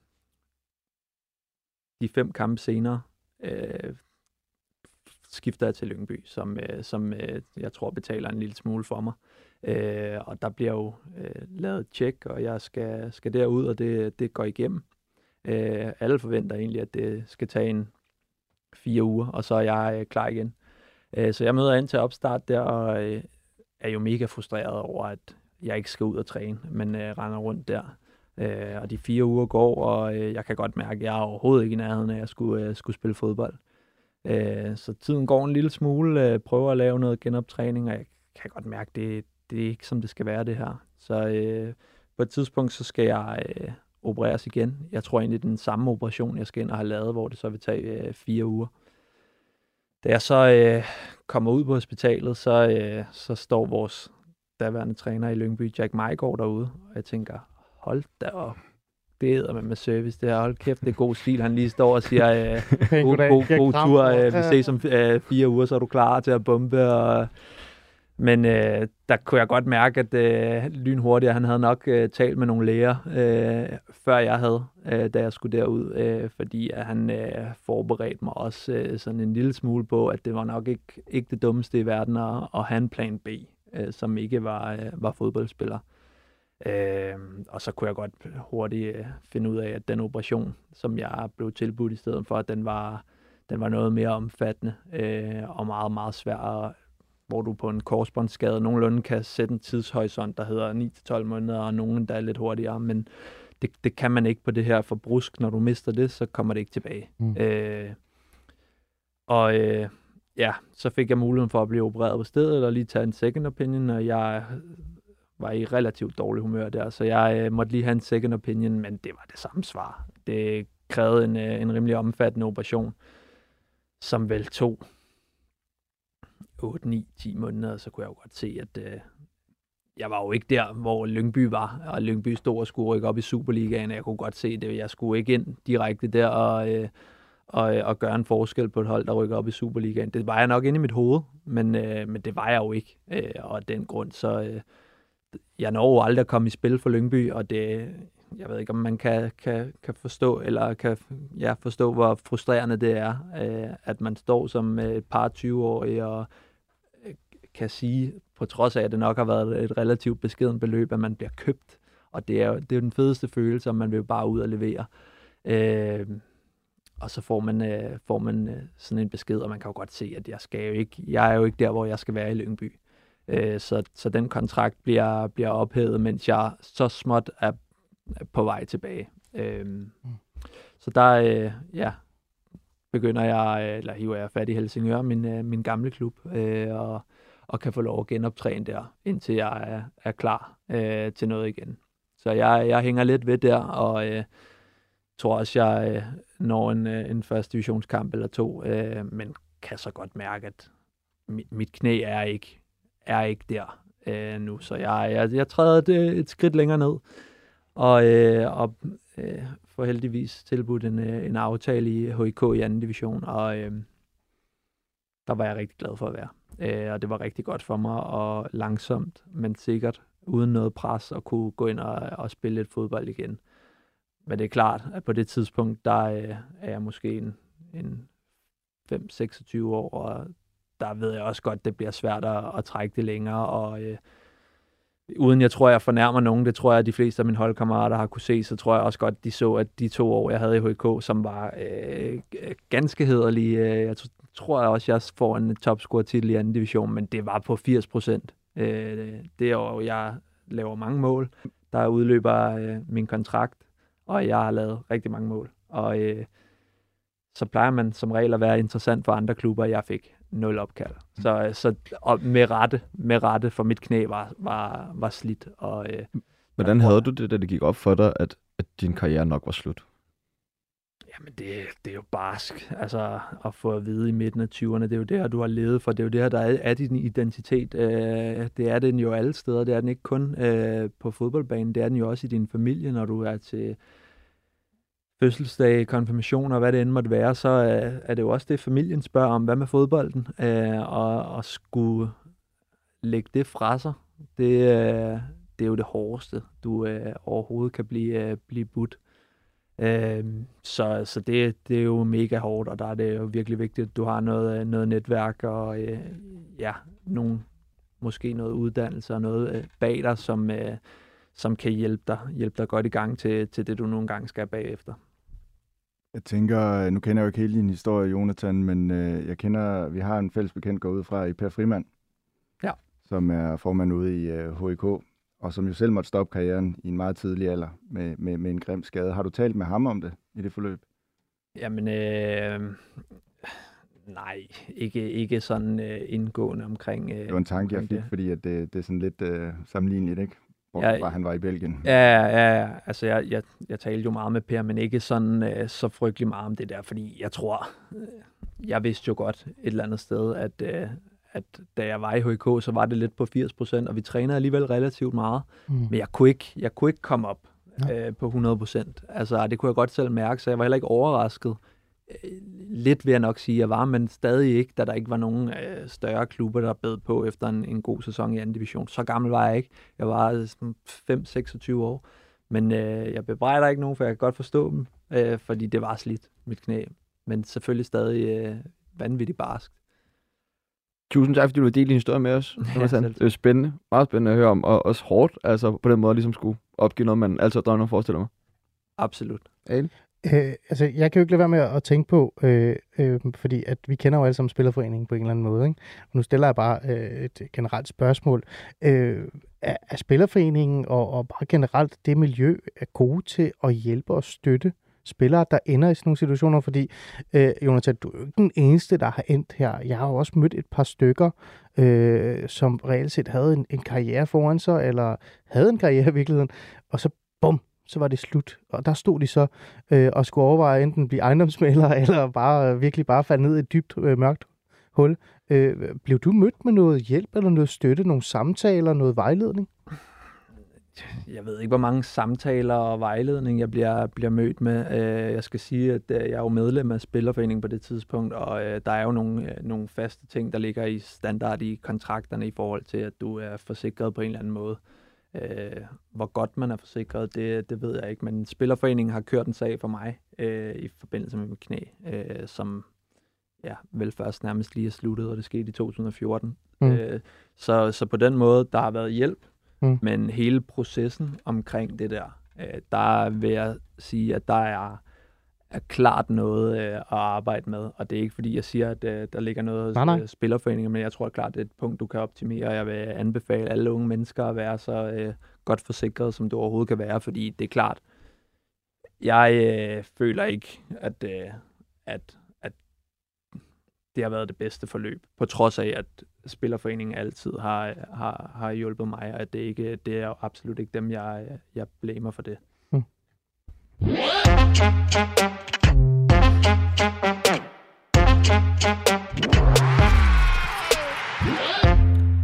de fem kampe senere øh, skifter jeg til Lyngby, som, øh, som øh, jeg tror betaler en lille smule for mig. Øh, og der bliver jo øh, lavet et tjek, og jeg skal, skal derud, og det, det går igennem. Øh, alle forventer egentlig, at det skal tage en fire uger, og så er jeg øh, klar igen. Øh, så jeg møder ind til opstart der, og øh, er jo mega frustreret over, at jeg ikke skal ud og træne, men øh, render rundt der. Øh, og de fire uger går, og øh, jeg kan godt mærke, at jeg er overhovedet ikke i nærheden af, at jeg skulle, øh, skulle spille fodbold. Øh, så tiden går en lille smule, øh, prøver at lave noget genoptræning, og jeg kan godt mærke, at det, det er ikke, som det skal være, det her. Så øh, på et tidspunkt, så skal jeg øh, opereres igen. Jeg tror egentlig, det er den samme operation, jeg skal ind og have lavet, hvor det så vil tage øh, fire uger. Da jeg så øh, kommer ud på hospitalet, så, øh, så står vores daværende træner i Lyngby, Jack Majgaard, derude, og jeg tænker, hold da op. Det æder man med service, det her. Hold kæft, det er god stil. Han lige står og siger, øh, god, god, god tur, øh, vi ses om øh, fire uger, så er du klar til at bombe. Og... Men øh, der kunne jeg godt mærke, at øh, lynhurtigt, han havde nok øh, talt med nogle læger, øh, før jeg havde, øh, da jeg skulle derud, øh, fordi at han øh, forberedte mig også øh, sådan en lille smule på, at det var nok ikke, ikke det dummeste i verden at, at have en plan B, øh, som ikke var, øh, var fodboldspiller. Øh, og så kunne jeg godt hurtigt øh, finde ud af, at den operation, som jeg blev tilbudt i stedet for, at den var, den var noget mere omfattende øh, og meget, meget svær, hvor du på en korsbåndsskade nogenlunde kan sætte en tidshorisont, der hedder ni til tolv måneder, og nogen, der er lidt hurtigere, men det, det kan man ikke på det her for brusk. Når du mister det, så kommer det ikke tilbage. Mm. Øh, og øh, ja, så fik jeg muligheden for at blive opereret på stedet, eller lige tage en second opinion, og jeg var i relativt dårlig humør der, så jeg øh, måtte lige have en second opinion, men det var det samme svar. Det krævede en, øh, en rimelig omfattende operation, som vel tog otte, ni, ti måneder, så kunne jeg jo godt se, at øh, jeg var jo ikke der, hvor Lyngby var, og Lyngby stod og skulle rykke op i Superligaen, og jeg kunne godt se det. Jeg skulle ikke ind direkte der og, øh, og, og gøre en forskel på et hold, der rykker op i Superligaen. Det var jeg nok inde i mit hoved, men, øh, men det var jeg jo ikke, øh, og af den grund, så øh, jeg når jo aldrig at komme i spil for Lyngby, og det, jeg ved ikke, om man kan, kan, kan forstå, eller kan ja, forstå, hvor frustrerende det er, øh, at man står som et par tyve-årig og øh, kan sige, på trods af, at det nok har været et relativt beskeden beløb, at man bliver købt. Og det er jo, det er jo den fedeste følelse, at man vil bare ud og levere. Øh, og så får man, øh, får man øh, sådan en besked, og man kan jo godt se, at jeg, skal jo ikke, jeg er jo ikke der, hvor jeg skal være i Lyngby. Øh, så, så den kontrakt bliver, bliver ophævet, mens jeg så småt er på vej tilbage. Øhm, mm. Så der øh, ja, begynder jeg, eller hiver jeg fat i Helsingør, min, øh, min gamle klub, øh, og, og kan få lov at genoptræne der, indtil jeg er, er klar øh, til noget igen. Så jeg, jeg hænger lidt ved der, og øh, tror også, jeg øh, når en, øh, en første divisionskamp eller to, øh, men kan så godt mærke, at mit, mit knæ er ikke, er ikke der øh, nu. Så jeg, jeg, jeg træder det et skridt længere ned. og, øh, og øh, får heldigvis tilbudt en, øh, en aftale i H I K i anden division, og øh, der var jeg rigtig glad for at være. Øh, og det var rigtig godt for mig, og langsomt, men sikkert, uden noget pres, at kunne gå ind og, og spille lidt fodbold igen. Men det er klart, at på det tidspunkt, der øh, er jeg måske en, en fem seksogtyve år, og der ved jeg også godt, at det bliver svært at, at trække det længere, og øh, uden jeg tror, jeg fornærmer nogen, det tror jeg, at de fleste af mine holdkammerater har kunne se, så tror jeg også godt, de så, at de to år, jeg havde i H I K, som var øh, ganske hæderlige, øh, jeg tror jeg også, jeg får en topscorer-titel i anden division, men det var på firs procent. Øh, det er jo, jeg laver mange mål, der udløber øh, min kontrakt, og jeg har lavet rigtig mange mål. Og øh, så plejer man som regel at være interessant for andre klubber, jeg fik nul opkald. Så, så og med rette, med rette, for mit knæ var, var, var slidt. Og, øh, Hvordan havde du det, da det gik op for dig, at, at din karriere nok var slut? Jamen, det, det er jo barsk. Altså, at få at vide i midten af tyverne, det er jo det her, du har levet for. Det er jo det her, der er, er din identitet. Øh, det er den jo alle steder. Det er den ikke kun øh, på fodboldbanen. Det er den jo også i din familie, når du er til fødselsdag, konfirmationer, hvad det end måtte være, så øh, er det jo også det, familien spørger om. Hvad med fodbolden? Øh, og, og skulle lægge det fra sig, det, øh, det er jo det hårdeste, du øh, overhovedet kan blive, øh, blive budt. Øh, så så det, det er jo mega hårdt, og der er det jo virkelig vigtigt, at du har noget, noget netværk og øh, ja, nogle, måske noget uddannelse og noget øh, bag dig, som, øh, som kan hjælpe dig, hjælpe dig godt i gang til, til det, du nogle gange skal bagefter. Jeg tænker, nu kender jeg jo ikke hele din historie, Jonathan, men øh, jeg kender, vi har en fælles bekendt går ud fra i Per Frimand, ja, som er formand ude i øh, H I K, og som jo selv måtte stoppe karrieren i en meget tidlig alder med, med, med en grim skade. Har du talt med ham om det i det forløb? Jamen, øh, nej, ikke, ikke sådan øh, indgående omkring øh, Det var en tanke, jeg fik, det. fordi at det, det er sådan lidt øh, sammenligneligt, ikke? Hvor Ja, ja, han var i Belgien. Ja, ja, ja. Altså, jeg, jeg, jeg talte jo meget med Per, men ikke sådan øh, så frygtelig meget om det der, fordi jeg tror, øh, jeg vidste jo godt et eller andet sted, at, øh, at da jeg var i H I K, så var det lidt på firs procent, og vi trænede alligevel relativt meget, mm. men jeg kunne ikke, jeg kunne ikke komme op ja. øh, på hundrede procent. Altså, det kunne jeg godt selv mærke, så jeg var heller ikke overrasket. Lidt vil jeg nok sige, jeg var, men stadig ikke, da der ikke var nogen øh, større klubber, der bed på efter en, en god sæson i anden division. Så gammel var jeg ikke. Jeg var fem seksogtyve år. Men øh, jeg bebrejder ikke nogen, for jeg kan godt forstå dem, øh, fordi det var slidt, mit knæ. Men selvfølgelig stadig øh, vanvittigt barsk. Tusind tak, fordi du vil dele din historie med os. Ja, det er spændende. Meget spændende at høre om, og også hårdt. Altså på den måde ligesom skulle opgive noget, man altid har drømt om, forestiller mig. Absolut. Ali? Øh, altså, jeg kan jo ikke lade være med at tænke på, øh, øh, fordi at vi kender jo alle sammen Spillerforeningen på en eller anden måde, ikke? Nu stiller jeg bare øh, et generelt spørgsmål. Øh, er, er Spillerforeningen og, og bare generelt det miljø er gode til at hjælpe og støtte spillere, der ender i sådan nogle situationer? Fordi, øh, Jonathan, du er jo ikke den eneste, der har endt her. Jeg har jo også mødt et par stykker, øh, som reelt set havde en, en karriere foran sig, eller havde en karriere i virkeligheden, og så bum, så var det slut. Og der stod de så øh, og skulle overveje enten blive ejendomsmægler, eller bare øh, virkelig bare falde ned i et dybt øh, mørkt hul. Øh, blev du mødt med noget hjælp, eller noget støtte, nogle samtaler, noget vejledning? Jeg ved ikke, hvor mange samtaler og vejledning, jeg bliver, bliver mødt med. Jeg skal sige, at jeg er jo medlem af Spillerforeningen på det tidspunkt, og der er jo nogle, nogle faste ting, der ligger i standard i kontrakterne i forhold til, at du er forsikret på en eller anden måde. Hvor godt man er forsikret, det, det ved jeg ikke, men Spillerforeningen har kørt en sag for mig i forbindelse med mit knæ, som ja, vel først nærmest lige er sluttet, og det skete i to tusind og fjorten. Mm. Så, så på den måde, der har været hjælp. Mm. Men hele processen omkring det der, øh, der vil jeg sige, at der er, er klart noget øh, at arbejde med. Og det er ikke fordi, jeg siger, at øh, der ligger noget nej, nej. Øh, Spillerforeninger, men jeg tror at klart, det er et punkt, du kan optimere. Jeg vil anbefale alle unge mennesker at være så øh, godt forsikret, som du overhovedet kan være. Fordi det er klart, jeg øh, føler ikke, at, øh, at, at det har været det bedste forløb. På trods af, at Spillerforeningen altid har, har, har hjulpet mig, og at det, ikke, det er jo absolut ikke dem, jeg, jeg blamer for det. Hmm.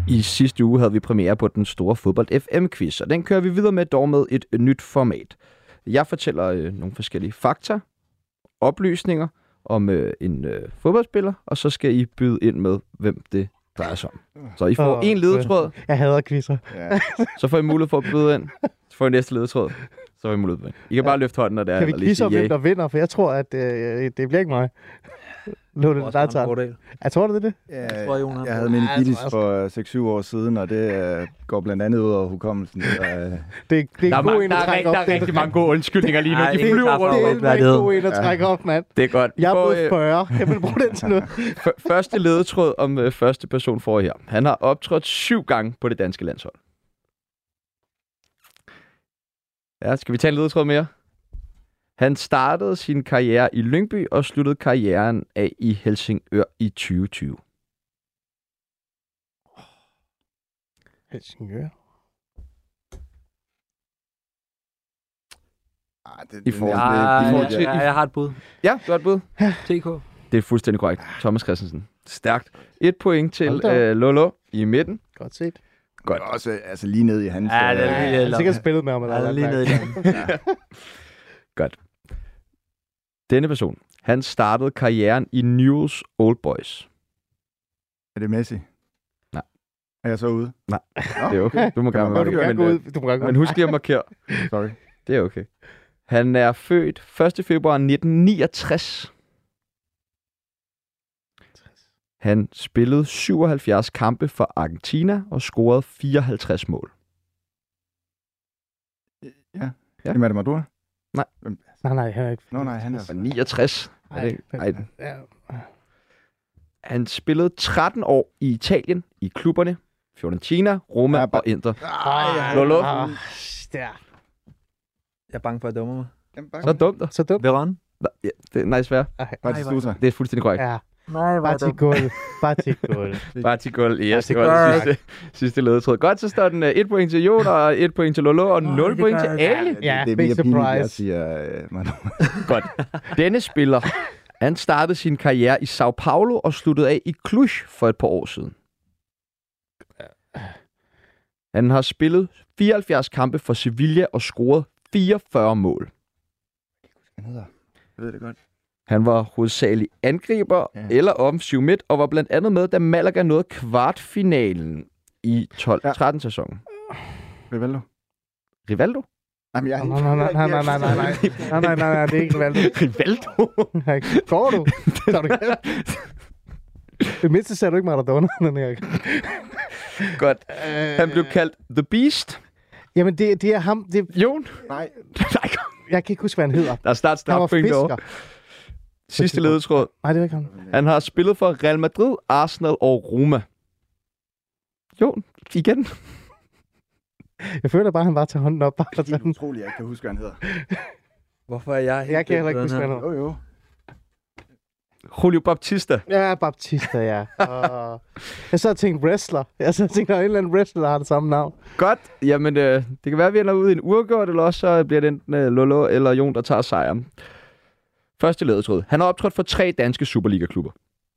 I sidste uge havde vi premiere på den store fodbold F M-quiz, og den kører vi videre med dog med et nyt format. Jeg fortæller øh, nogle forskellige fakta, oplysninger om øh, en øh, fodboldspiller, og så skal I byde ind med, hvem det drejer sig om. Så I får Åh, en ledetråd, Jeg hader quizzer. Ja. så får I mulighed for at byde ind. Så får I næste ledetråd, så får I mulighed for det. I kan bare løfte hånden, når det er. Kan vi eller lige quizze om, sige hvem ja. der vinder? For jeg tror, at øh, det bliver ikke mig. Lå det, der tager. fordel. Jeg tror, det er det. Ja, tror, Jon har jeg en havde fordel. meningitis Ja, jeg for seks syv år siden, og det uh, går blandt andet ud over hukommelsen. Så, uh, Det, det er Der en er, god mange, en der, at er, trække der op. er Det rigtig mange gode undskyldninger lige nu. Nej, De ingen flyver tak for rundt. Det er om. en Værdighed. rigtig god en at trække op, mand. Det er godt. Jeg er Får, blevet øh, fyrre. Jeg vil bruge den til noget. f- første ledetråd om øh, første person får I her. Han har optrådt syv gange på det danske landshold. Ja, skal vi tage en ledetråd mere? Han startede sin karriere i Lyngby og sluttede karrieren af i Helsingør i tyve tyve. Helsingør. ah, det, I forhold- Ja, I forhold ja, til- ja, jeg har et bud. Ja, godt bud. T K. Det er fuldstændig korrekt. Thomas Christensen. Stærkt. Et point til Hold da op. øh, Lolo i midten. Godt set. Godt. Også altså, lige ned i hans... Ja, det er øh, lige- Jeg har sikkert spillet med ham. Ja, Eller lige nede i den. Denne person. Han startede karrieren i Newell's Old Boys. Er det Messi? Nej. Er jeg så ude? Nej, Nå, det er okay. Du må Kan man gerne godt Du være må med. gerne Men, gå øh, ud. Du må gerne gå men ud. husk lige at markere. Sorry. Det er okay. Han er født første februar nitten niogtres. Han spillede syvoghalvfjerds kampe for Argentina og scorede fireoghalvtreds mål. Ja. Ja. Hvem er det, Maduro? Nej. Hvem? Nej, nej, han er ikke. Nå, nej, han er... Og niogtres. Er det ikke? Ej. Ja. Han spillede tretten år i Italien i klubberne Fiorentina, Roma Ja, og Inter. Ej, Lolo. ah, der. Jeg er bange for at dumme mig. Jamen, bare... Så dumt. Så dumt. Veron? Ja, det er nice vær. Ej, Batistuta. Det er fuldstændig korrekt. ja. Nej, Bare til gulv. Bare til gulv. Bare til gulv. Yes, det Bare var til det sidste, sidste ledetråd. Godt, så står den uh, et point til Jon, og et point til Lolo, og nul det point gør til jeg. Ali. Ja, det er big mere pinligt, jeg surprise. siger, uh, Maduro. Godt. Denne spiller, han startede sin karriere i Sao Paulo og sluttede af i Cluj for et par år siden. Han har spillet fireoghalvfjerds kampe for Sevilla og scoret fireogfyrre mål. Han hedder... Jeg ved det godt. Han var hovedsagelig angriber Ja. ja. eller offensiv midt, og var blandt andet med, da Malaga nåede kvartfinalen i tolv tretten sæsonen. Rivaldo? Rivaldo? Jamen, jeg... Nej, nej, nej, nej, nej, nej, nej, nej. Nej, nej, nej, nej, det er ikke Rivaldo. Rivaldo? Går du? Tager du hjem? Det mindste ser du ikke Maradona, den her. Godt. Han blev kaldt The Beast. Jamen, det, det er ham. Det, Jon? Nej. Nej, jeg kan ikke huske, hvad han hedder. der er snart Han var strafpoint fisker. derovre. Sidste ledetråd. Nej, det er ikke ham. Han har spillet for Real Madrid, Arsenal og Roma. Jon, igen. Jeg føler bare, at han bare tager hånden op. Bare Det er tager den. utroligt, jeg ikke kan huske, hvad han hedder. Hvorfor er jeg helt Jeg kan heller død ikke på huske, den hvad her? han hedder. Jo, jo. Julio Baptista. Ja, Baptista, ja. Og jeg så tænkte wrestler. Jeg så tænkte, der er en eller anden wrestler, der har det samme navn. Godt. Jamen, øh, det kan være, at vi ender ud i en uafgjort, eller også så bliver det enten øh, Lolo eller Jon, der tager sejren. Første ledetråd. Han har optrådt for tre danske Superliga-klubber.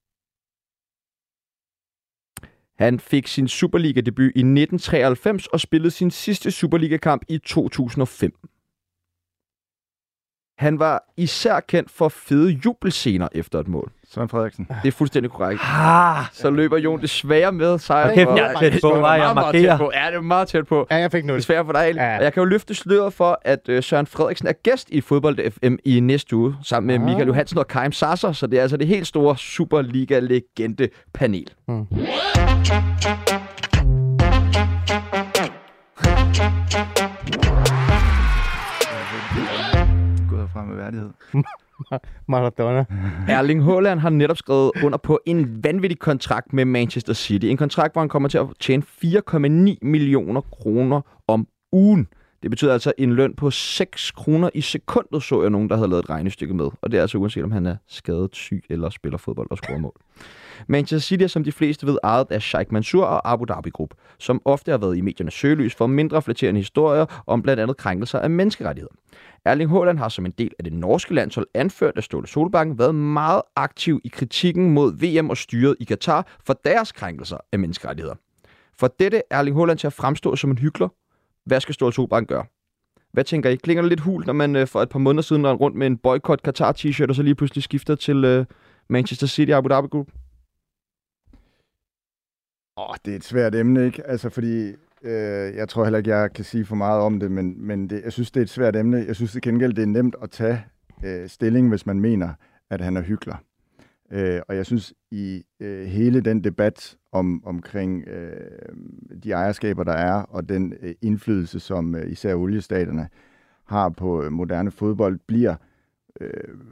Han fik sin Superliga-debut i nitten treoghalvfems og spillede sin sidste Superliga-kamp i to tusind og fem. Han var især kendt for fede jubelscener efter et mål. Søren Frederiksen. Det er fuldstændig korrekt. Ah, Så løber Jon desværre med sejren. okay, og- jeg er tæt på, Det var var jeg meget, meget markerer. tæt på. Ja, det er meget tæt på. Ja, jeg fik nul. Desværre for dig, Ali. Ja. Og jeg kan jo løfte sløret for, at øh, Søren Frederiksen er gæst i Fodbold F M i næste uge, sammen med Ah. Michael Johansen og Karim Sasser, så det er altså det helt store Superliga-legende-panel. Mm. Gå herfra med værdighed. Maradona. Erling Haaland har netop skrevet under på en vanvittig kontrakt med Manchester City. En kontrakt, hvor han kommer til at tjene fire komma ni millioner kroner om ugen. Det betyder altså en løn på seks kroner i sekundet, så jeg nogen, der havde lavet et regnestykke med. Og det er altså uanset, om han er skadet, syg eller spiller fodbold og scorer mål. Manchester City er, som de fleste ved, ejet af Sheikh Mansour og Abu Dhabi Group, som ofte har været i mediernes søgelys for mindre flatterende historier om blandt andet krænkelser af menneskerettigheder. Erling Haaland har som en del af det norske landshold anført af Ståle Solbakken været meget aktiv i kritikken mod V M og styret i Katar for deres krænkelser af menneskerettigheder. For dette Erling Haaland til at fremstå som en hykler, hvad skal Ståle Solbakken gøre? Hvad tænker I? Klinger det lidt hult, når man øh, for et par måneder siden rendte rundt med en boykot Qatar t-shirt, og så lige pludselig skifter til øh, Manchester City Abu Dhabi Group? Åh, oh, det er et svært emne, ikke? Altså, fordi øh, jeg tror heller ikke, jeg kan sige for meget om det, men, men det, jeg synes, det er et svært emne. Jeg synes til gengæld, det er nemt at tage øh, stilling, hvis man mener, at han er hykler. Øh, og jeg synes, i øh, hele den debat om, omkring øh, de ejerskaber, der er, og den øh, indflydelse, som øh, især oliestaterne har på øh, moderne fodbold, bliver... Øh,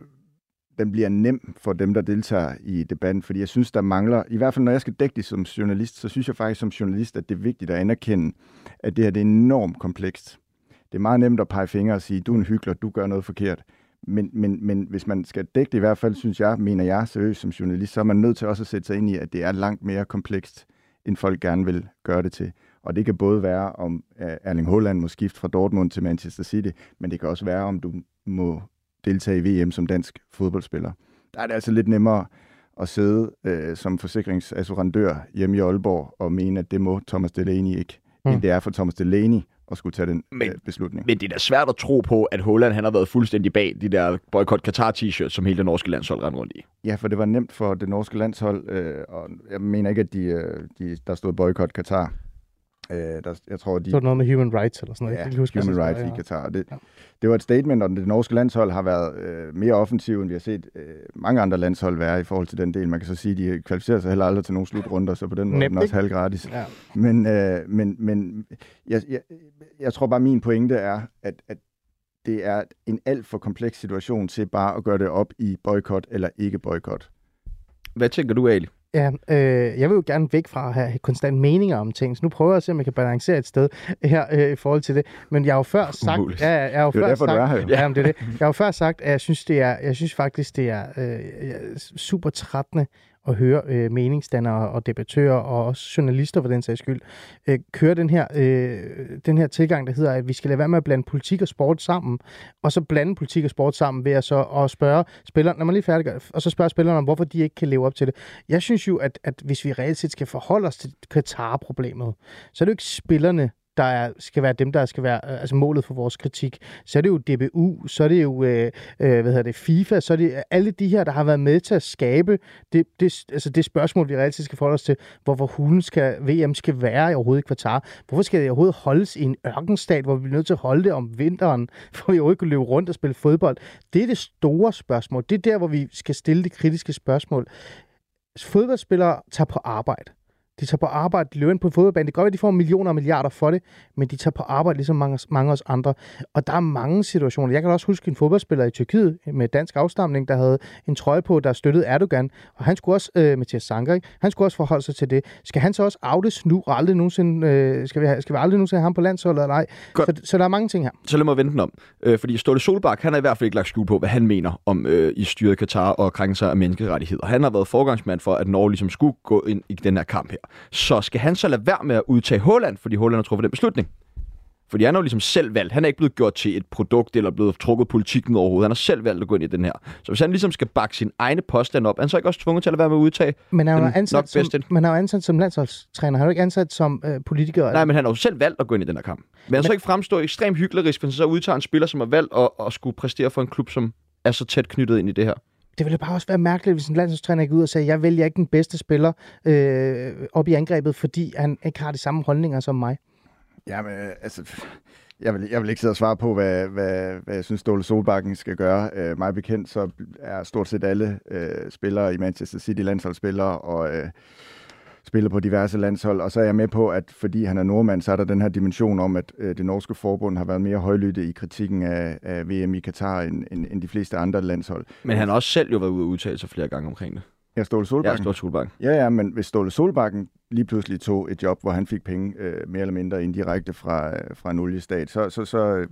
den bliver nem for dem, der deltager i debatten, fordi jeg synes, der mangler, i hvert fald når jeg skal dække det som journalist, så synes jeg faktisk som journalist, at det er vigtigt at anerkende, at det her det er enormt komplekst. Det er meget nemt at pege fingre og sige, du er en hykler, du gør noget forkert. Men, men, men hvis man skal dække det, i hvert fald synes jeg, mener jeg seriøst som journalist, så er man nødt til også at sætte sig ind i, at det er langt mere komplekst, end folk gerne vil gøre det til. Og det kan både være, om Erling Haaland må skifte fra Dortmund til Manchester City, men det kan også være, om du må deltage i V M som dansk fodboldspiller. Der er det altså lidt nemmere at sidde øh, som forsikringsassurandør hjemme i Aalborg og mene, at det må Thomas Delaney ikke, mm. end det er for Thomas Delaney at skulle tage den men, øh, beslutning. Men det er da svært at tro på, at Haaland han har været fuldstændig bag de der boykot Qatar t-shirts, som hele det norske landshold rendte rundt i. Ja, for det var nemt for det norske landshold, øh, og jeg mener ikke, at de, øh, de, der stod boykot Qatar. Øh, der, jeg tror, de... Det var noget med human rights eller sådan noget. Ja, jeg huske, human rights i Qatar. Det, ja. det var et statement, og det norske landshold har været øh, mere offensiv, end vi har set øh, mange andre landshold være i forhold til den del. Man kan så sige, at de kvalificerer sig heller aldrig til nogle slutrunder, så på den måde er den også halvgratis. Ja. Men, øh, men, men jeg, jeg, jeg tror bare, min pointe er, at, at det er en alt for kompleks situation til bare at gøre det op i boykot eller ikke boykot. Hvad tænker du, Ali? Ja, øh, jeg vil jo gerne væk fra at have konstant meninger om ting, så nu prøver jeg at se, om jeg kan balancere et sted her øh, i forhold til det. Men jeg har jo før sagt... Umuligt. Ja, jeg har jo det er før derfor, sagt, du er her jo. Ja, det er det. Jeg har jo før sagt, at jeg synes, det er, jeg synes faktisk, det er øh, super trættende at høre øh, meningsdannere og debattører og også journalister for den sags skyld øh, køre den her, øh, den her tilgang, der hedder, at vi skal lade være med at blande politik og sport sammen, og så blande politik og sport sammen ved at så at spørge spillerne, når man lige færdig, og så spørge spillerne om, hvorfor de ikke kan leve op til det. Jeg synes jo, at, at hvis vi reelt set skal forholde os til Qatar-problemet, så er det jo ikke spillerne, der er, skal være dem, der skal være øh, altså målet for vores kritik. Så er det jo D B U, så er det jo øh, øh, hvad hedder det, FIFA, så er det alle de her, der har været med til at skabe det, det, altså det spørgsmål, vi reelt skal forholde os til, hvorfor hulen skal, V M skal være i overhovedet i Qatar. Hvorfor skal det overhovedet holdes i en ørkenstat, hvor vi bliver nødt til at holde det om vinteren, for vi overhovedet kan løbe rundt og spille fodbold? Det er det store spørgsmål. Det er der, hvor vi skal stille de kritiske spørgsmål. Fodboldspillere tager på arbejde. De tager på arbejde, de løber ind på en fodboldbane. Det kan godt være, at de får millioner og milliarder for det, men de tager på arbejde ligesom mange, mange af os andre. Og der er mange situationer. Jeg kan også huske en fodboldspiller i Tyrkiet med dansk afstamning, der havde en trøje på, der støttede Erdogan. Og han skulle også, øh, Mathias Sanker, ikke? Han skulle også forholde sig til det. Skal han så også outes nu, og aldrig nogensinde, øh, skal, vi have, skal vi aldrig nogensinde have ham på landsholdet eller ej? Så, så der er mange ting her. Så lad mig vente den om. Øh, fordi Ståle Solbakken, han har i hvert fald ikke lagt skjul på, hvad han mener om øh, i styret Qatar og krænkelser af menneskerettigheder. Han har været forgangsmand for, at Norge ligesom skulle gå ind i den her kamp her. Så skal han så lade være med at udtage Haaland, fordi Haaland har truffet den beslutning? Fordi han har jo ligesom selv valgt. Han er ikke blevet gjort til et produkt, eller blevet trukket politikken overhovedet. Han har selv valgt at gå ind i den her. Så hvis han ligesom skal bakke sin egne påstand op, er han så ikke også tvunget til at lade være med at udtage men han den ansat nok som, bedste? Men han er jo ansat som landsholdstræner. Han er jo ikke ansat som øh, politiker. Nej, men han har jo selv valgt at gå ind i den her kamp. Men han så ikke fremstå ekstremt hyklerisk, hvis han så udtager en spiller, som har valgt at, at skulle præstere for en klub, som er så tæt knyttet ind i det her. Det ville bare også være mærkeligt, hvis en landsholdstræner gik ud og sagde, jeg vælger ikke den bedste spiller øh, op i angrebet, fordi han ikke har de samme holdninger som mig. Jamen, altså, jeg vil, jeg vil ikke sidde og svare på, hvad, hvad, hvad jeg synes, Ståle Solbakken skal gøre. Øh, mig bekendt, så er stort set alle øh, spillere i Manchester City landsholdsspillere og øh, spiller på diverse landshold. Og så er jeg med på, at fordi han er nordmand, så er der den her dimension om, at øh, det norske forbund har været mere højlytte i kritikken af, af V M i Qatar end, end, end de fleste andre landshold. Men han har også selv jo været ude og udtale sig flere gange omkring det. Ja, Ståle Solbakken. Ja, Ståle Solbakken. Ja, ja, men hvis Ståle Solbakken lige pludselig tog et job, hvor han fik penge øh, mere eller mindre indirekte fra, øh, fra en oliestat, så, så, så øh,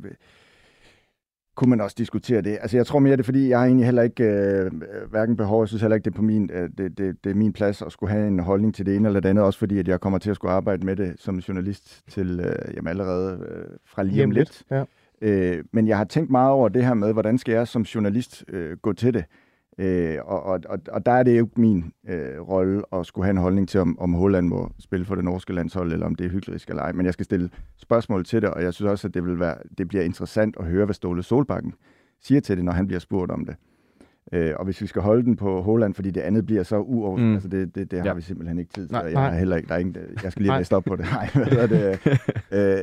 kunne man også diskutere det. Altså, jeg tror mere, det er, fordi jeg har egentlig heller ikke øh, hverken behov, jeg synes heller ikke, det er på min, øh, det, det, det er min plads at skulle have en holdning til det ene eller det andet, også fordi, at jeg kommer til at skulle arbejde med det som journalist til øh, jamen, allerede øh, fra lige om lidt. Ja. Øh, men jeg har tænkt meget over det her med, hvordan skal jeg som journalist øh, gå til det? Øh, og, og, og, og der er det jo min øh, rolle at skulle have en holdning til, om, om Haaland må spille for det norske landshold, eller om det er hyggeligt eller ej. Men jeg skal stille spørgsmål til det, og jeg synes også, at det, vil være, det bliver interessant at høre, hvad Ståle Solbakken siger til det, når han bliver spurgt om det. Øh, og hvis vi skal holde den på Haaland, fordi det andet bliver så uoverskueligt, mm. altså det, det, det har ja. vi simpelthen ikke tid til. Nej, jeg har heller ikke, der er ingen, jeg skal lige læse op på det. Nej, hvad er det? øh,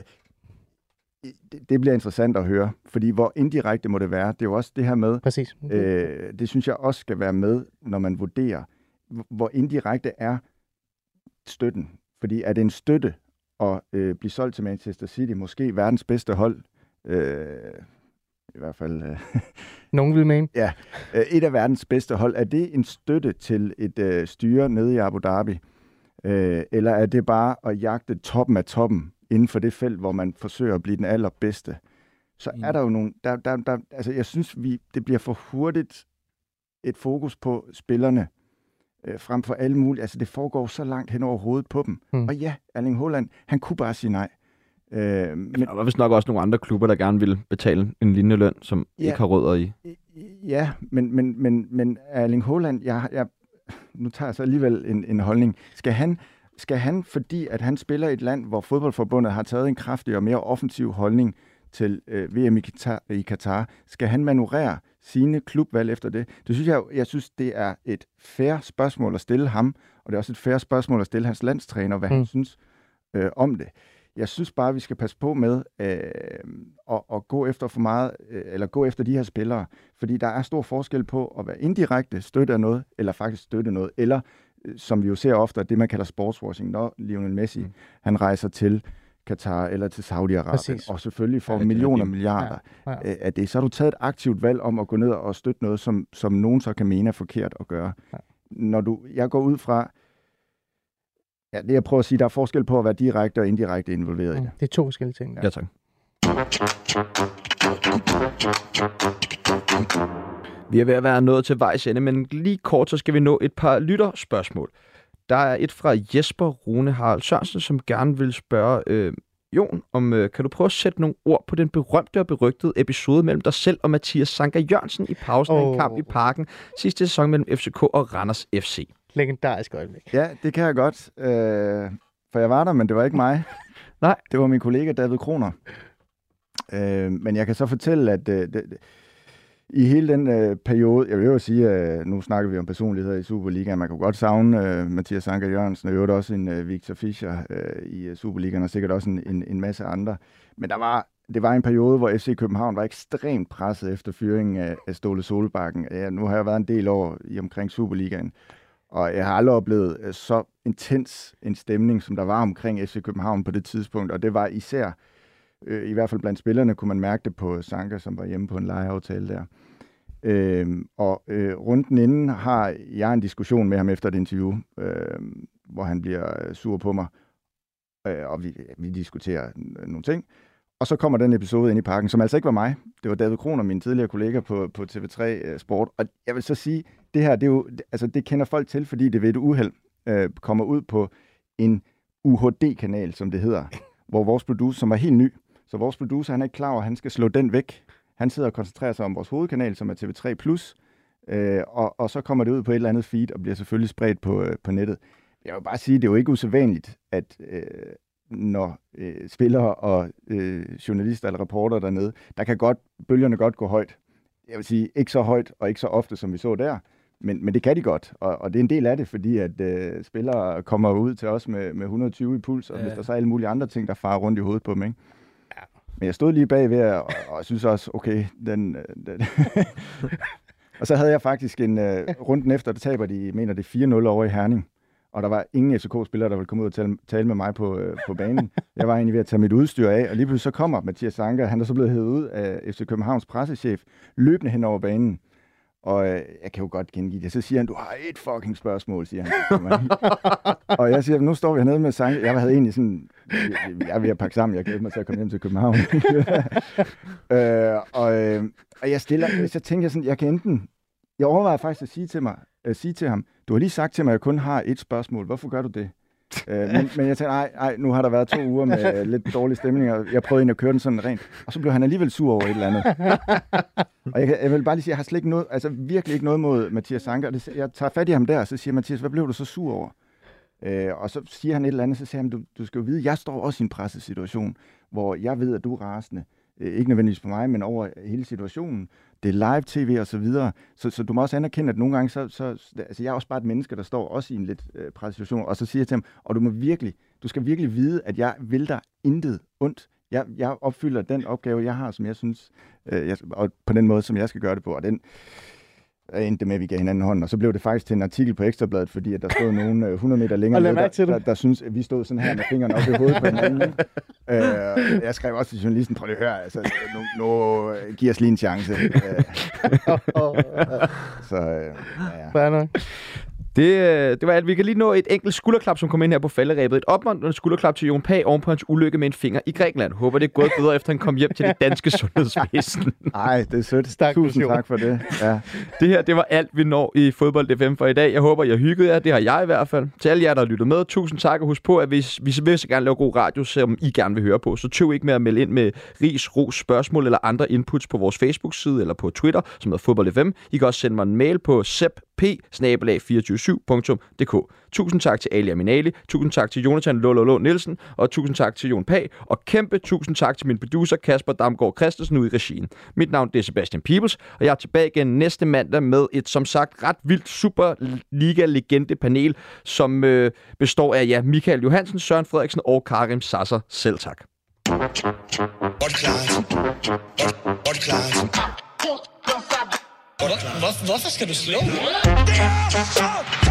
det, det bliver interessant at høre, fordi hvor indirekte må det være? Det er jo også det her med, Præcis. Øh, det synes jeg også skal være med, når man vurderer, hvor indirekte er støtten. Fordi er det en støtte at øh, blive solgt til Manchester City, måske verdens bedste hold, øh, i hvert fald... Øh, Nogen vil mene. Ja, øh, et af verdens bedste hold. Er det en støtte til et øh, styre nede i Abu Dhabi? Øh, eller er det bare at jagte toppen af toppen inden for det felt, hvor man forsøger at blive den allerbedste? Så er der jo nogle... Der, der, der, altså, jeg synes, vi, det bliver for hurtigt et fokus på spillerne, øh, frem for alle mulige. Altså, det foregår så langt hen over hovedet på dem. Hmm. Og ja, Erling Haaland, han kunne bare sige nej. Øh, men der var vist nok også nogle andre klubber, der gerne vil betale en lignende løn, som ja, ikke har rødder i. Ja, men, men, men, men Erling Haaland, jeg, jeg, nu tager jeg så alligevel en, en holdning. Skal han, skal han, fordi at han spiller i et land, hvor fodboldforbundet har taget en kraftig og mere offensiv holdning til øh, V M i Qatar, i Qatar, skal han manøvrere sine klubvalg efter det? Det synes jeg, jeg synes, det er et fair spørgsmål at stille ham, og det er også et fair spørgsmål at stille hans landstræner, hvad mm. han synes øh, om det. Jeg synes bare, vi skal passe på med øh, at, at gå efter for meget, øh, eller gå efter de her spillere, fordi der er stor forskel på at være indirekte støtte af noget, eller faktisk støtte noget, eller øh, som vi jo ser ofte, det man kalder sportswashing, når Lionel Messi, mm. han rejser til Katar eller til Saudi-Arabien, og selvfølgelig får ja, millioner og milliarder ja, ja. af det. Så har du taget et aktivt valg om at gå ned og støtte noget, som, som nogen så kan mene er forkert at gøre. Ja. Når du, jeg går ud fra, ja, det jeg prøver at sige, der er forskel på at være direkte og indirekte involveret i det. Det er to forskellige ting. Ja, ja tak. Vi er ved at være nået til vejs ende, men lige kort, så skal vi nå et par lytterspørgsmål. Der er et fra Jesper Rune Harald Sørensen, som gerne vil spørge øh, Jon, om øh, kan du prøve at sætte nogle ord på den berømte og berygtede episode mellem dig selv og Mathias Sanker Jørgensen i pausen oh. af en kamp i Parken sidste sæson mellem F C K og Randers F C? Legendarisk øjeblik. Ja, det kan jeg godt. Øh, for jeg var der, men det var ikke mig. Nej. Det var min kollega David Kroner. Øh, men jeg kan så fortælle, at øh, det, i hele den øh, periode, jeg vil jo sige, at øh, nu snakker vi om personligheder i Superligaen, man kan godt savne øh, Mathias Sanker Jørgensen, og i øvrigt også en øh, Victor Fischer øh, i uh, Superligaen, og sikkert også en, en, en masse andre. Men der var, det var en periode, hvor F C København var ekstremt presset efter fyringen af, af Ståle Solbakken. Ja, nu har jeg været en del år i omkring Superligaen, og jeg har aldrig oplevet øh, så intens en stemning, som der var omkring F C København på det tidspunkt, og det var især i hvert fald blandt spillerne kunne man mærke det på Sanker, som var hjemme på en lejeaftale der. Øhm, og øh, runden inden har jeg en diskussion med ham efter et interview, øh, hvor han bliver sur på mig, øh, og vi, vi diskuterer nogle ting. Og så kommer den episode ind i Parken, som altså ikke var mig. Det var David Kroner, min tidligere kollega på, på T V tre uh, Sport. Og jeg vil så sige, det her, det, er jo, altså, det kender folk til, fordi det ved et uheld øh, kommer ud på en U H D-kanal, som det hedder, hvor vores producer, som var helt ny, så vores producer, han er ikke klar over, at han skal slå den væk. Han sidder og koncentrerer sig om vores hovedkanal, som er T V tre plus, øh, og, og så kommer det ud på et eller andet feed, og bliver selvfølgelig spredt på, øh, på nettet. Jeg vil bare sige, det er jo ikke usædvanligt, at øh, når øh, spillere og øh, journalister eller reporter dernede, der kan godt, bølgerne godt gå højt. Jeg vil sige, ikke så højt og ikke så ofte, som vi så der, men, men det kan de godt, og, og det er en del af det, fordi at øh, spillere kommer ud til os med, med et hundrede og tyve i puls, og ja. Hvis der så er alle mulige andre ting, der farer rundt i hovedet på dem, ikke? Men jeg stod lige bagved, og, og jeg synes også, okay, den... den og så havde jeg faktisk en uh, runden efter, der taber de, mener det fire nul over i Herning. Og der var ingen F C K-spillere, der ville komme ud og tale, tale med mig på, uh, på banen. Jeg var egentlig ved at tage mit udstyr af, og lige pludselig så kommer Mathias Sanker, han er så blevet hævet ud af F C Københavns pressechef, løbende hen over banen. Og øh, jeg kan jo godt gengive det. Så siger han, du har et fucking spørgsmål, siger han. Og jeg siger, nu står vi hernede med Sanker. Jeg havde egentlig sådan, jeg, jeg er ved at pakke sammen, jeg glæder mig til at komme hjem til København. øh, og, øh, og jeg stiller, så tænker jeg sådan, jeg kan enten, jeg overvejer faktisk at sige til mig, at sige til ham, du har lige sagt til mig, at jeg kun har et spørgsmål. Hvorfor gør du det? Øh, men, men jeg tænkte, nej, nej, nu har der været to uger med lidt dårlig stemning, og jeg prøvede egentlig at køre den sådan rent. Og så blev han alligevel sur over et eller andet. Og jeg, jeg vil bare lige sige, jeg har slet ikke noget, altså virkelig ikke noget mod Mathias Anker. Det, jeg tager fat i ham der, og så siger Mathias, hvad blev du så sur over? Øh, og så siger han et eller andet, så siger han, du, du skal jo vide, jeg står også i en pressesituation, hvor jeg ved, at du er rasende. Øh, ikke nødvendigvis på mig, men over hele situationen. Det er live tv og så videre. Så, så du må også anerkende, at nogle gange, så, så altså jeg er også bare et menneske, der står også i en lidt øh, pressesituation, og så siger jeg til ham, og du må virkelig, du skal virkelig vide, at jeg vil dig intet ondt. Jeg, jeg opfylder den opgave, jeg har, som jeg synes, øh, jeg, og på den måde, som jeg skal gøre det på, og den endte det med, at vi gav hinanden hånden, og så blev det faktisk til en artikel på Ekstrabladet, fordi at der stod nogen øh, hundrede meter længere ned, der, der, der synes, at vi stod sådan her med fingrene op i hovedet på hinanden. øh, jeg skrev også til journalisten, prøv lige at høre, altså, nu, nu giver os lige en chance. Øh, så øh, ja, ja. Det, det var alt. Vi kan lige nå et enkelt skulderklap, som kom ind her på falderæbet. Et opmuntrende skulderklap til Jon Pagh oven på hans ulykke med en finger i Grækenland. Håber, det er gået bedre, efter han kom hjem til det danske sundhedsvæsen. Nej, det er sødt. Stak Tusind tak for det. Ja. Det her, det var alt, vi når i Fodbold F M for i dag. Jeg håber, jeg hyggede jer. Det har jeg i hvert fald. Til alle jer, der har lyttet med, tusind tak. Og husk på, at hvis vi vil så gerne lave god radio, som I gerne vil høre på, så tøv ikke med at melde ind med ris, ros, spørgsmål eller andre inputs på vores Facebook-side eller på Twitter, som hedder Fodbold F M. I kan også sende mig en mail på sepp snabel-a to fire syv punktum d k. Tusind tak til Ali Aminali, tusind tak til Jonathan Lololo Nielsen, og tusind tak til Jon Pagh, og kæmpe tusind tak til min producer Kasper Damgaard Christensen ude i regien. Mit navn er Sebastian Peebles, og jeg er tilbage igen næste mandag med et som sagt ret vildt Superliga-legende panel, som øh, består af ja, Michael Johansen, Søren Frederiksen og Karim Sasser. Selv tak. Hvorfor skal du slå?